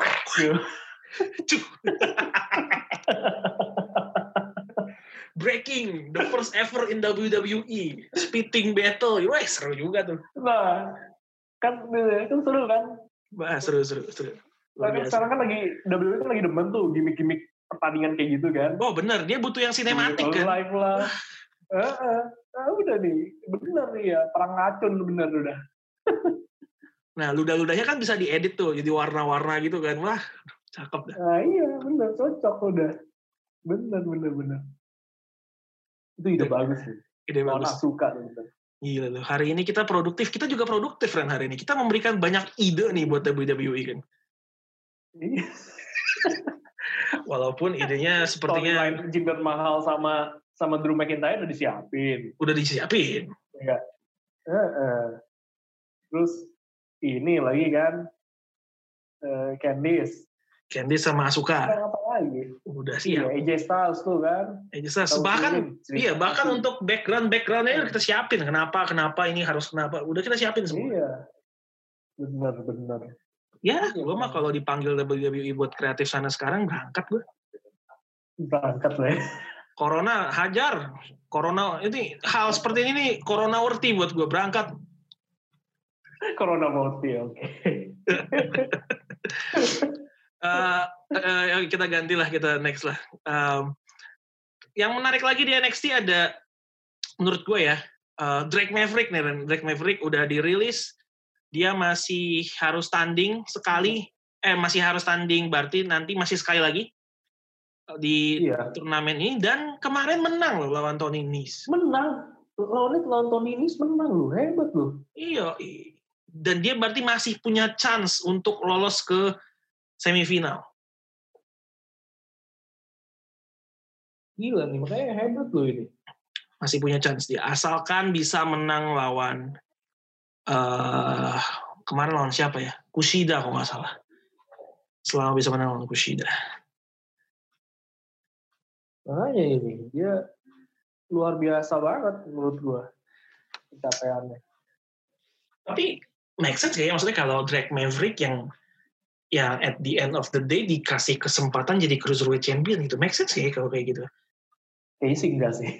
Breaking, the first ever in WWE, spitting battle, wah seru juga tuh. Nah, kan seru kan? Wah seru. Sekarang kan WWE kan lagi demen tuh gimmick-gimmick pertandingan kayak gitu kan? Oh benar, dia butuh yang sinematik kan? Live lah. Udah nih, bener nih ya, perang racun bener udah. Nah, ludah-ludahnya kan bisa diedit tuh, jadi warna-warna gitu kan, wah cakep dah. Nah iya, bener, cocok udah. Bener. Itu ide bagus sih. Ide bagus. Suka bener. Gila loh, hari ini kita produktif, kita juga produktif kan hari ini. Kita memberikan banyak ide nih buat WWE kan. Iya. Walaupun idenya sepertinya Jinder Mahal sama Drew McIntyre udah disiapin. Iya. Terus ini lagi kan Candice sama Asuka. Apa lagi? Udah siap. Iya, AJ Styles tuh kan. AJ Styles bahkan untuk backgroundnya kita siapin. Kenapa ini harus kenapa? Udah kita siapin semua. Iya. Benar. Ya, gue mah kalau dipanggil WWE buat kreatif sana sekarang berangkat gue. Berangkat lah. Corona hajar. Corona ini hal seperti ini nih corona worthy buat gue berangkat. Corona worthy, oke. Kita gantilah, kita next lah. Yang menarik lagi di NXT ada menurut gue ya Drake Maverick nih, Drake Maverick udah dirilis, dia masih harus tanding sekali, masih harus tanding berarti nanti masih sekali lagi di turnamen ini dan kemarin menang loh lawan Tony Nese. Menang. Lawan Tony Nese menang loh, hebat loh. Iya. Dan dia berarti masih punya chance untuk lolos ke semifinal. Gila nih, makanya hebat loh ini. Masih punya chance dia. Asalkan bisa menang lawan kemarin lawan siapa ya? Kushida kalau nggak salah. Selama bisa menang lawan Kushida. Makanya ini, dia luar biasa banget menurut gua pencapaiannya. Tapi make sense ya, maksudnya kalau Drake Maverick yang at the end of the day dikasih kesempatan jadi Cruiserweight Champion gitu. Make sense ya kalau kayak gitu. Kayaknya sih enggak sih.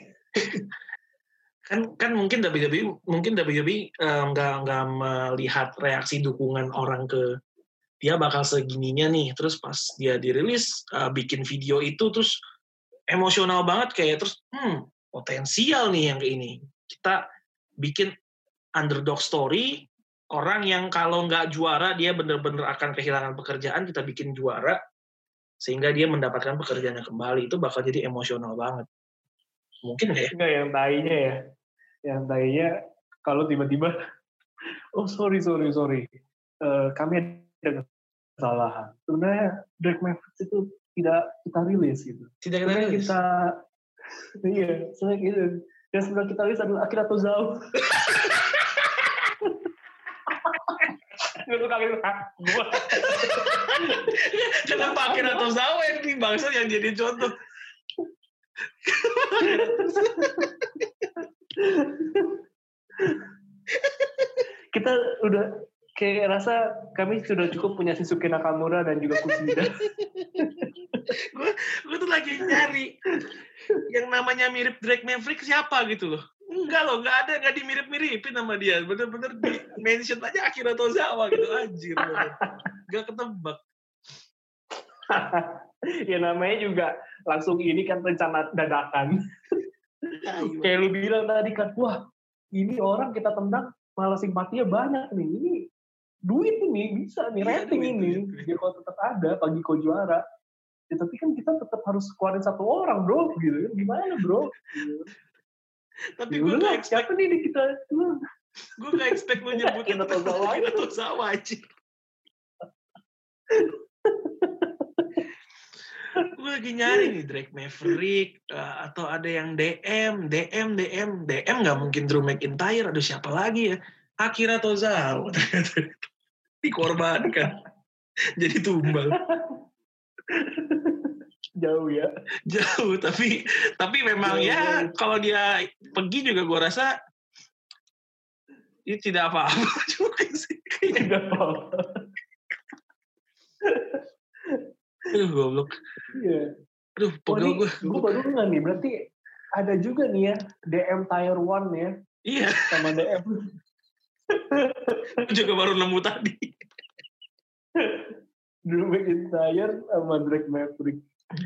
kan mungkin WWE nggak melihat reaksi dukungan orang ke dia bakal segininya nih, terus pas dia dirilis bikin video itu terus emosional banget kayak terus potensial nih yang kayak ini, kita bikin underdog story, orang yang kalau nggak juara dia bener-bener akan kehilangan pekerjaan, kita bikin juara sehingga dia mendapatkan pekerjaannya kembali, itu bakal jadi emosional banget. Mungkin nggak ya? Enggak, yang tainya ya. Yang tainya kalau tiba-tiba, oh sorry. Kami ada kesalahan. Sebenarnya Drake Maverick itu tidak kita rilis gitu. Tidak kita rilis? Iya, sebenarnya gitu. Yang sebenarnya kita rilis adalah Akira Tozawa. Gue kaget gue. Kenapa Akira Tozawa yang di bangsa yang jadi contoh? Kita udah kayak rasa kami sudah cukup punya Shinsuke Nakamura dan juga Kushida. gue tuh lagi nyari yang namanya mirip Drake Maverick siapa gitu loh. Enggak loh, nggak dimirip-miripin sama dia. Bener-bener di mention aja Akira Tozawa gitu, anjir. Nggak ketebak. Ya namanya juga langsung ini kan rencana dadakan. Kayak lu bilang tadi kan, wah ini orang kita tendang malah simpatinya banyak nih. Ini duit ini bisa nih, rating ini. Dia kalau tetap ada pagi kau juara. Ya, tapi kan kita tetap harus keluarin satu orang bro, gitu. Gimana bro? Gitu. Tapi gue nggak expect siapa nih kita. Gue nggak expect lo nyebut Akira Tozawa aja. Gue lagi nyari nih Drake Maverick atau ada yang DM nggak mungkin Drew McIntyre, aduh siapa lagi ya, Akira Tozawa dikorbankan jadi tumbal. Jauh tapi memang ya kalau dia pergi juga gue rasa ini tidak apa-apa juga sih. Tidak apa-apa. Aduh goblok. Iya. Aduh pegel gue. Gue baru nggak nih, berarti ada juga nih ya DM Tier 1 ya. Iya. Sama DM. Gue juga baru nemu tadi. Drew McIntyre sama Drake Maverick.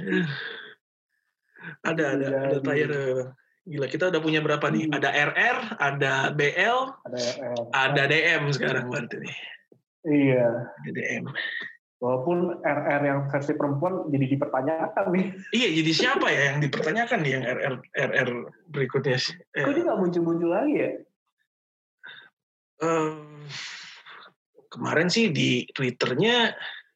Ada tier. Gila, kita udah punya berapa nih? Ada RR, ada BL, ada DM sekarang berarti nih. Iya. Ada DM. Walaupun RR yang versi perempuan jadi dipertanyakan nih. Iya, jadi siapa ya yang dipertanyakan nih yang RR berikutnya sih? Kok dia nggak muncul-muncul lagi ya? Kemarin sih di Twitternya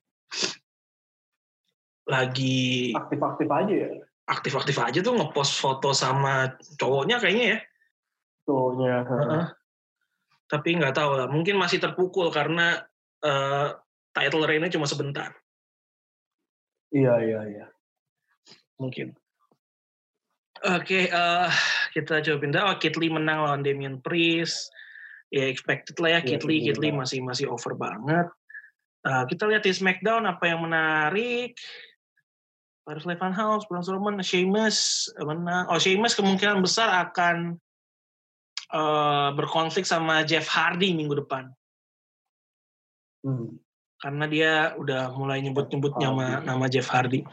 lagi aktif-aktif aja ya? Aktif-aktif aja tuh ngepost foto sama cowoknya kayaknya ya. Cowoknya. Tapi nggak tahu lah, mungkin masih terpukul karena title reign-nya cuma sebentar. Iya. Mungkin. Oke, kita coba pindah. Keith Lee menang lawan Damian Priest. Ya expected lah ya, Keith Lee masih over banget. Kita lihat di SmackDown apa yang menarik. Paris Levenhouse, Braun Strowman, Sheamus menang. Sheamus kemungkinan besar akan berkonflik sama Jeff Hardy minggu depan. Karena dia udah mulai nyebut-nyebut nama Jeff Hardy.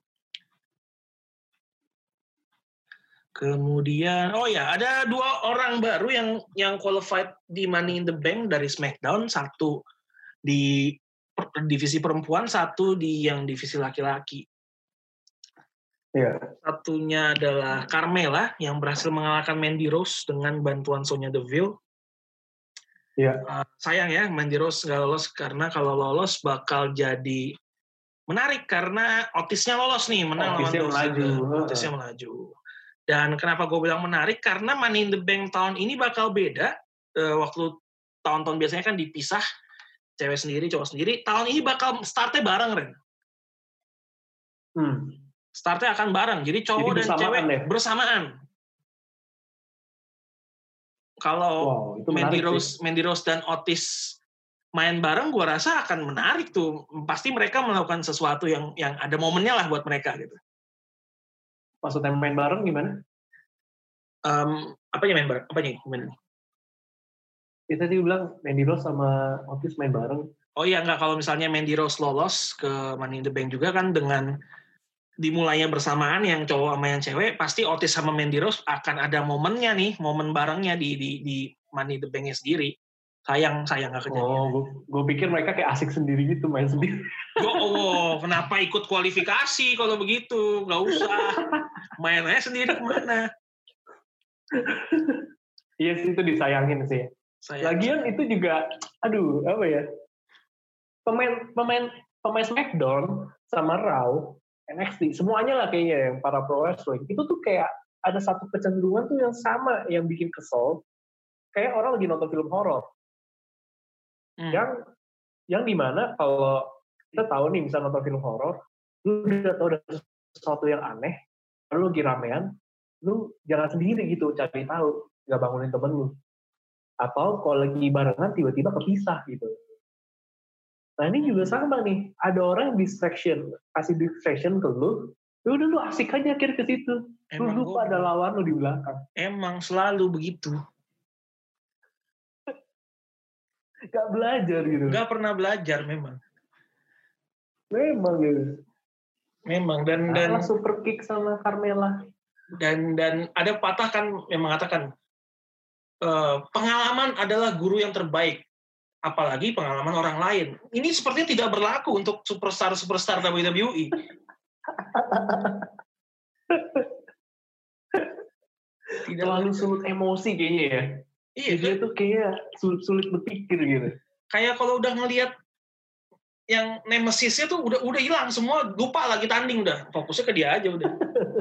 Kemudian, ada 2 orang baru yang qualified di Money in the Bank dari SmackDown. Satu di divisi perempuan, satu di yang divisi laki-laki. Iya. Satunya adalah Carmella yang berhasil mengalahkan Mandy Rose dengan bantuan Sonya Deville. Iya. Sayang ya Mandy Rose nggak lolos, karena kalau lolos bakal jadi menarik karena Otisnya lolos nih, menang lawan Otisnya melaju. Dan kenapa gue bilang menarik? Karena Money in the Bank tahun ini bakal beda. Waktu tahun-tahun biasanya kan dipisah, cewek sendiri, cowok sendiri. Tahun ini bakal startnya bareng, Ren. Startnya akan bareng, jadi cowok dan cewek bersamaan. Kalau Mandy Rose dan Otis main bareng, gue rasa akan menarik tuh. Pasti mereka melakukan sesuatu yang ada momennya lah buat mereka gitu. Maksudnya main bareng gimana? Apanya main bareng? Apanya gimana? Kita tadi bilang Mandy Rose sama Otis main bareng. Oh iya, enggak, kalau misalnya Mandy Rose lolos ke Money in the Bank juga kan, dengan dimulainya bersamaan yang cowok sama yang cewek, pasti Otis sama Mandy Rose akan ada momennya nih, momen barengnya di Money in the Bank-nya sendiri. Sayang nggak kejadian. Gue pikir mereka kayak asik sendiri gitu, main sendiri. Kenapa ikut kualifikasi kalau begitu? Nggak usah. Main aja sendiri kemana? Iya sih, itu disayangin sih. Lagian itu juga, aduh, apa ya? Pemain SmackDown sama Raw, NXT, semuanya lah kayaknya yang para pro wrestling, itu tuh kayak ada satu kecenderungan tuh yang sama, yang bikin kesel. Kayak orang lagi nonton film horor. Yang dimana kalau kita tahu nih, bisa nonton film horor, lu udah tahu ada sesuatu yang aneh, lu lagi ramean, lu jangan sendiri gitu cari tahu, nggak bangunin temen lu. Atau kalau lagi barengan tiba-tiba kepisah gitu. Nah ini juga sama nih, ada orang kasih distraction ke lu udah lu asik aja akhir ke situ. Lu lupa ada lawan lu di belakang. Emang selalu begitu. Gak belajar gitu. Gak pernah belajar memang. Memang gitu. Memang dan super kick sama Carmella. Dan ada pepatah kan yang mengatakan pengalaman adalah guru yang terbaik, apalagi pengalaman orang lain. Ini sepertinya tidak berlaku untuk superstar WWE. Terlalu sulit emosi kayaknya ya. Iya, dia tuh kayak sulit berpikir gitu. Kayak kalau udah ngelihat yang nemesisnya tuh udah hilang semua, lupa lagi tanding, udah fokusnya ke dia aja udah.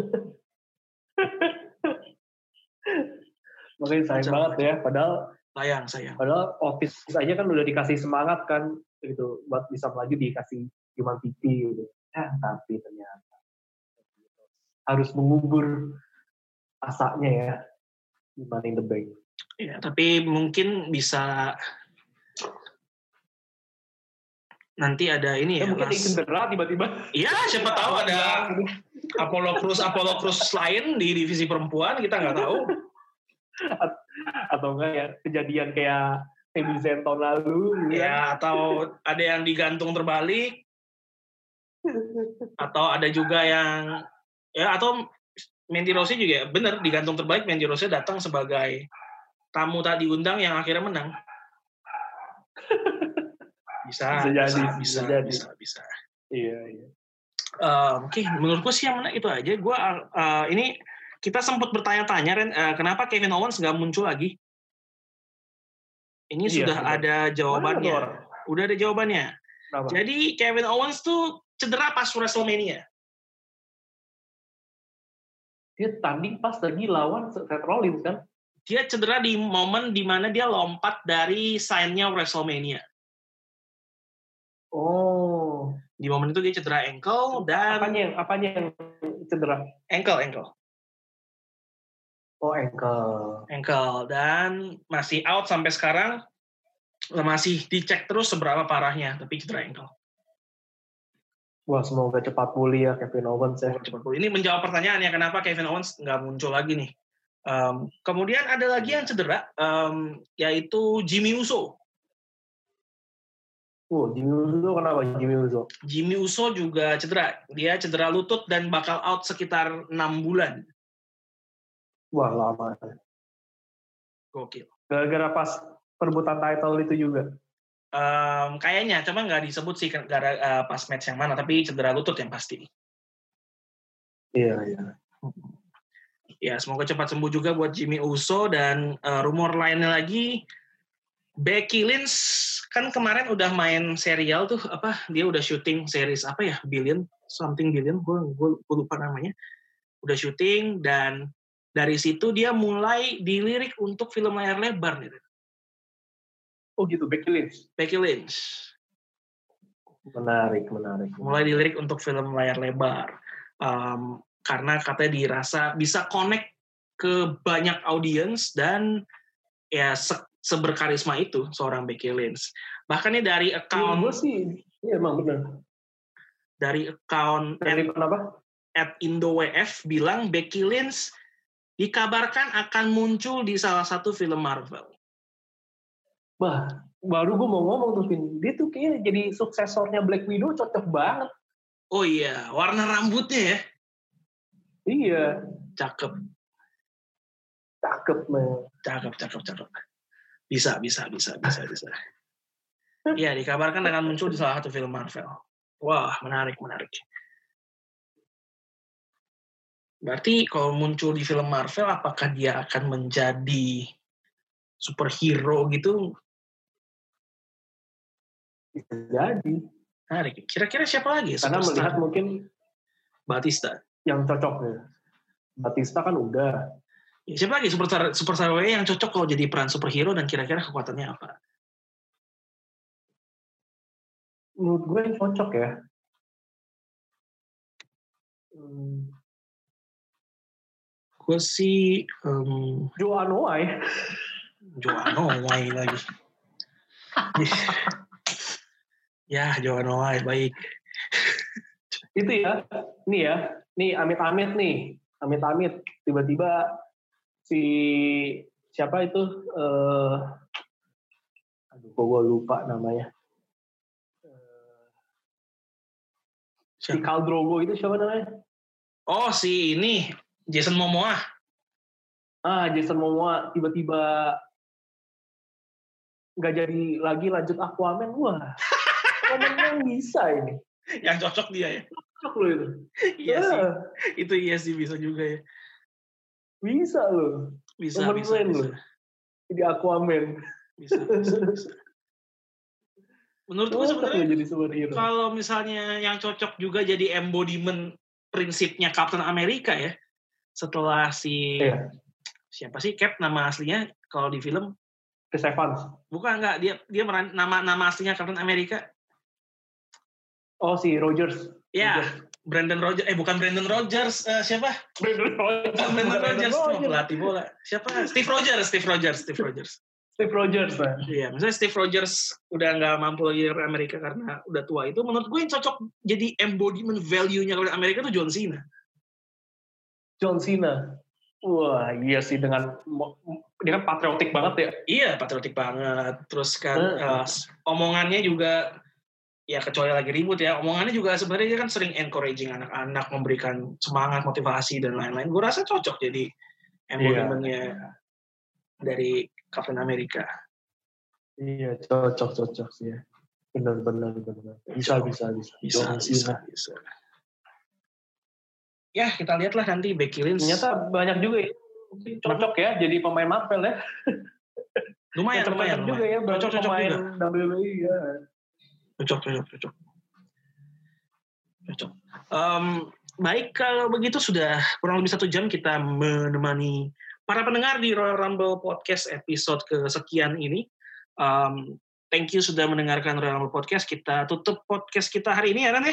Makanya sayang banget ya, padahal sayang. Padahal Otis aja kan udah dikasih semangat kan gitu buat bisa melaju, dikasih Human PT gitu. Tapi ternyata harus mengubur asanya ya di Money in the Bank. Ya, tapi mungkin bisa nanti ada ini ya. Mungkin cedera tiba-tiba. Iya, siapa tahu ada Apollo Crews lain di divisi perempuan, kita nggak tahu. Atau enggak ya kejadian kayak Sami Zayn tahun lalu. Ya, atau ada yang digantung terbalik. Atau ada juga yang atau Mandy Rose juga bener digantung terbalik, Mandy Rose datang sebagai tamu tak diundang yang akhirnya menang. Bisa. Iya. Oke, menurutku sih yang menang itu aja. Ini kita sempat bertanya-tanya, Ren, kenapa Kevin Owens nggak muncul lagi? Ini sudah ada jawabannya. Udah ada jawabannya. Kenapa? Jadi Kevin Owens tuh cedera pas WrestleMania. Dia tanding pas lagi lawan Seth Rollins kan? Dia cedera di momen di mana dia lompat dari sign-nya WrestleMania. Oh. Di momen itu dia cedera ankle dan... Apanya yang cedera? Ankle. Oh, ankle. Dan masih out sampai sekarang. Masih dicek terus seberapa parahnya, tapi cedera ankle. Wah, semoga cepat pulih ya Kevin Owens ya. Ini menjawab pertanyaannya kenapa Kevin Owens nggak muncul lagi nih. Kemudian ada lagi yang cedera, yaitu Jimmy Uso. Jimmy Uso kenapa Jimmy Uso? Jimmy Uso juga cedera. Dia cedera lutut dan bakal out sekitar 6 bulan. Wah, lama. Gokil. Gara-gara pas perebutan title itu juga? Kayaknya, cuma nggak disebut sih pas match yang mana, tapi cedera lutut yang pasti. Iya. Ya, semoga cepat sembuh juga buat Jimmy Uso. Dan rumor lainnya lagi, Becky Lynch kan kemarin udah main serial tuh, dia udah syuting series something billion, gue lupa namanya. Udah syuting, dan dari situ dia mulai dilirik untuk film layar lebar nih. Oh gitu, Becky Lynch. Menarik. Mulai dilirik untuk film layar lebar. Karena katanya dirasa bisa connect ke banyak audiens dan ya seberkarisma itu seorang Becky Lynch. Bahkan ini dari account emang benar. Dari account @IndoWF bilang Becky Lynch dikabarkan akan muncul di salah satu film Marvel. Bah, baru gue mau ngomong tuh, Vin. Dia tuh kayaknya jadi suksesornya Black Widow cocok banget. Oh iya, warna rambutnya ya. Iya. Cakep, man. Cakep. Bisa. Iya, dikabarkan akan muncul di salah satu film Marvel. Wah, menarik. Berarti kalau muncul di film Marvel, apakah dia akan menjadi superhero gitu? Bisa jadi. Menarik. Kira-kira siapa lagi? Karena melihat mungkin Batista. Yang cocok ya. Batista kan udah. Ya, siapa lagi superstar yang cocok kalau jadi peran superhero dan kira-kira kekuatannya apa? Menurut gue yang cocok ya. Gue sih Joan Wai lagi. Ya, Joan Wai baik. Itu ya. Nih amit-amit tiba-tiba si siapa itu gue lupa namanya. Si Khal Drogo itu siapa namanya? Oh, si ini Jason Momoa. Jason Momoa tiba-tiba nggak jadi lagi lanjut Aquaman. Wah, Aquaman bisa ini. Yang cocok dia ya. Cocok loh itu. Iya sih. Itu iya sih bisa juga ya. Bisa loh. Bisa. Jadi Aquaman. Bisa. Menurut gue sebenarnya kalau misalnya yang cocok juga jadi embodiment prinsipnya Captain America ya. Setelah siapa sih Cap nama aslinya kalau di film? Chris Evans. Bukan, enggak, dia nama aslinya Captain America. Oh, si Rogers. Ya, Brandon Rogers. Bukan Brandon Rogers, siapa? Brandon Rogers. Pelatih bola. Siapa? Steve Rogers. Iya, misalnya Steve Rogers udah nggak mampu lagi dari Amerika karena udah tua itu, menurut gue yang cocok jadi embodiment value-nya dari Amerika itu John Cena. Wah, iya sih, dia kan patriotik banget ya. Iya, patriotik banget. Terus kan omongannya juga, ya kecuali lagi ribut ya, omongannya juga sebenarnya dia kan sering encouraging anak-anak, memberikan semangat, motivasi, dan lain-lain. Gue rasa cocok jadi embodiment-nya dari Captain America. Iya, cocok sih ya. Benar. Bisa. Ya, kita lihatlah nanti Becky Lynch. Ternyata banyak juga ya. Cocok ya jadi pemain Marvel ya. Lumayan juga ya. Cocok pemain juga. WWE ya. Cocok. Baik, kalau begitu sudah kurang lebih 1 jam kita menemani para pendengar di Royal Rumble Podcast episode kesekian ini. Thank you sudah mendengarkan Royal Rumble Podcast. Kita tutup podcast kita hari ini ya, Ran ya?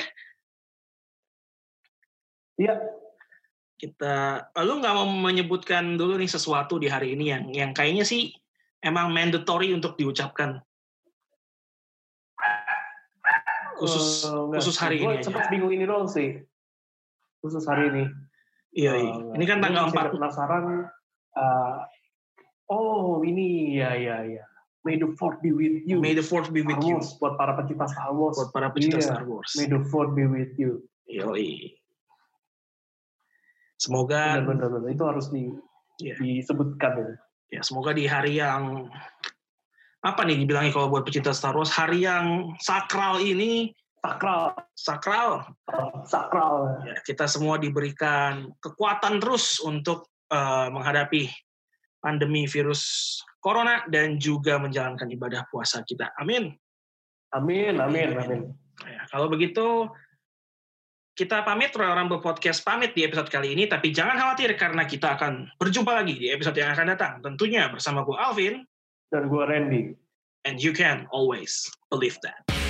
Iya. Lu nggak mau menyebutkan dulu nih sesuatu di hari ini yang kayaknya sih emang mandatory untuk diucapkan khusus hari ini aja. Sempat bingung ini doang sih. Khusus hari ini. Iya. Ini kan tanggal 4. Penasaran. Ini ya. May the Fourth be with you. May the Fourth be with you. Buat para pecinta Star Wars. Star Wars. May the Fourth be with you. Yoi. Semoga benar. Itu harus disebutkan ya. Semoga di hari yang apa nih dibilangnya kalau buat pecinta Star Wars, hari yang sakral ini sakral. Ya, kita semua diberikan kekuatan terus untuk menghadapi pandemi virus corona dan juga menjalankan ibadah puasa kita. Amin. Amin. Ya, kalau begitu kita pamit, Royal Rumble Podcast pamit di episode kali ini, tapi jangan khawatir karena kita akan berjumpa lagi di episode yang akan datang. Tentunya bersama gue Alvin dan gue Randy. And you can always believe that.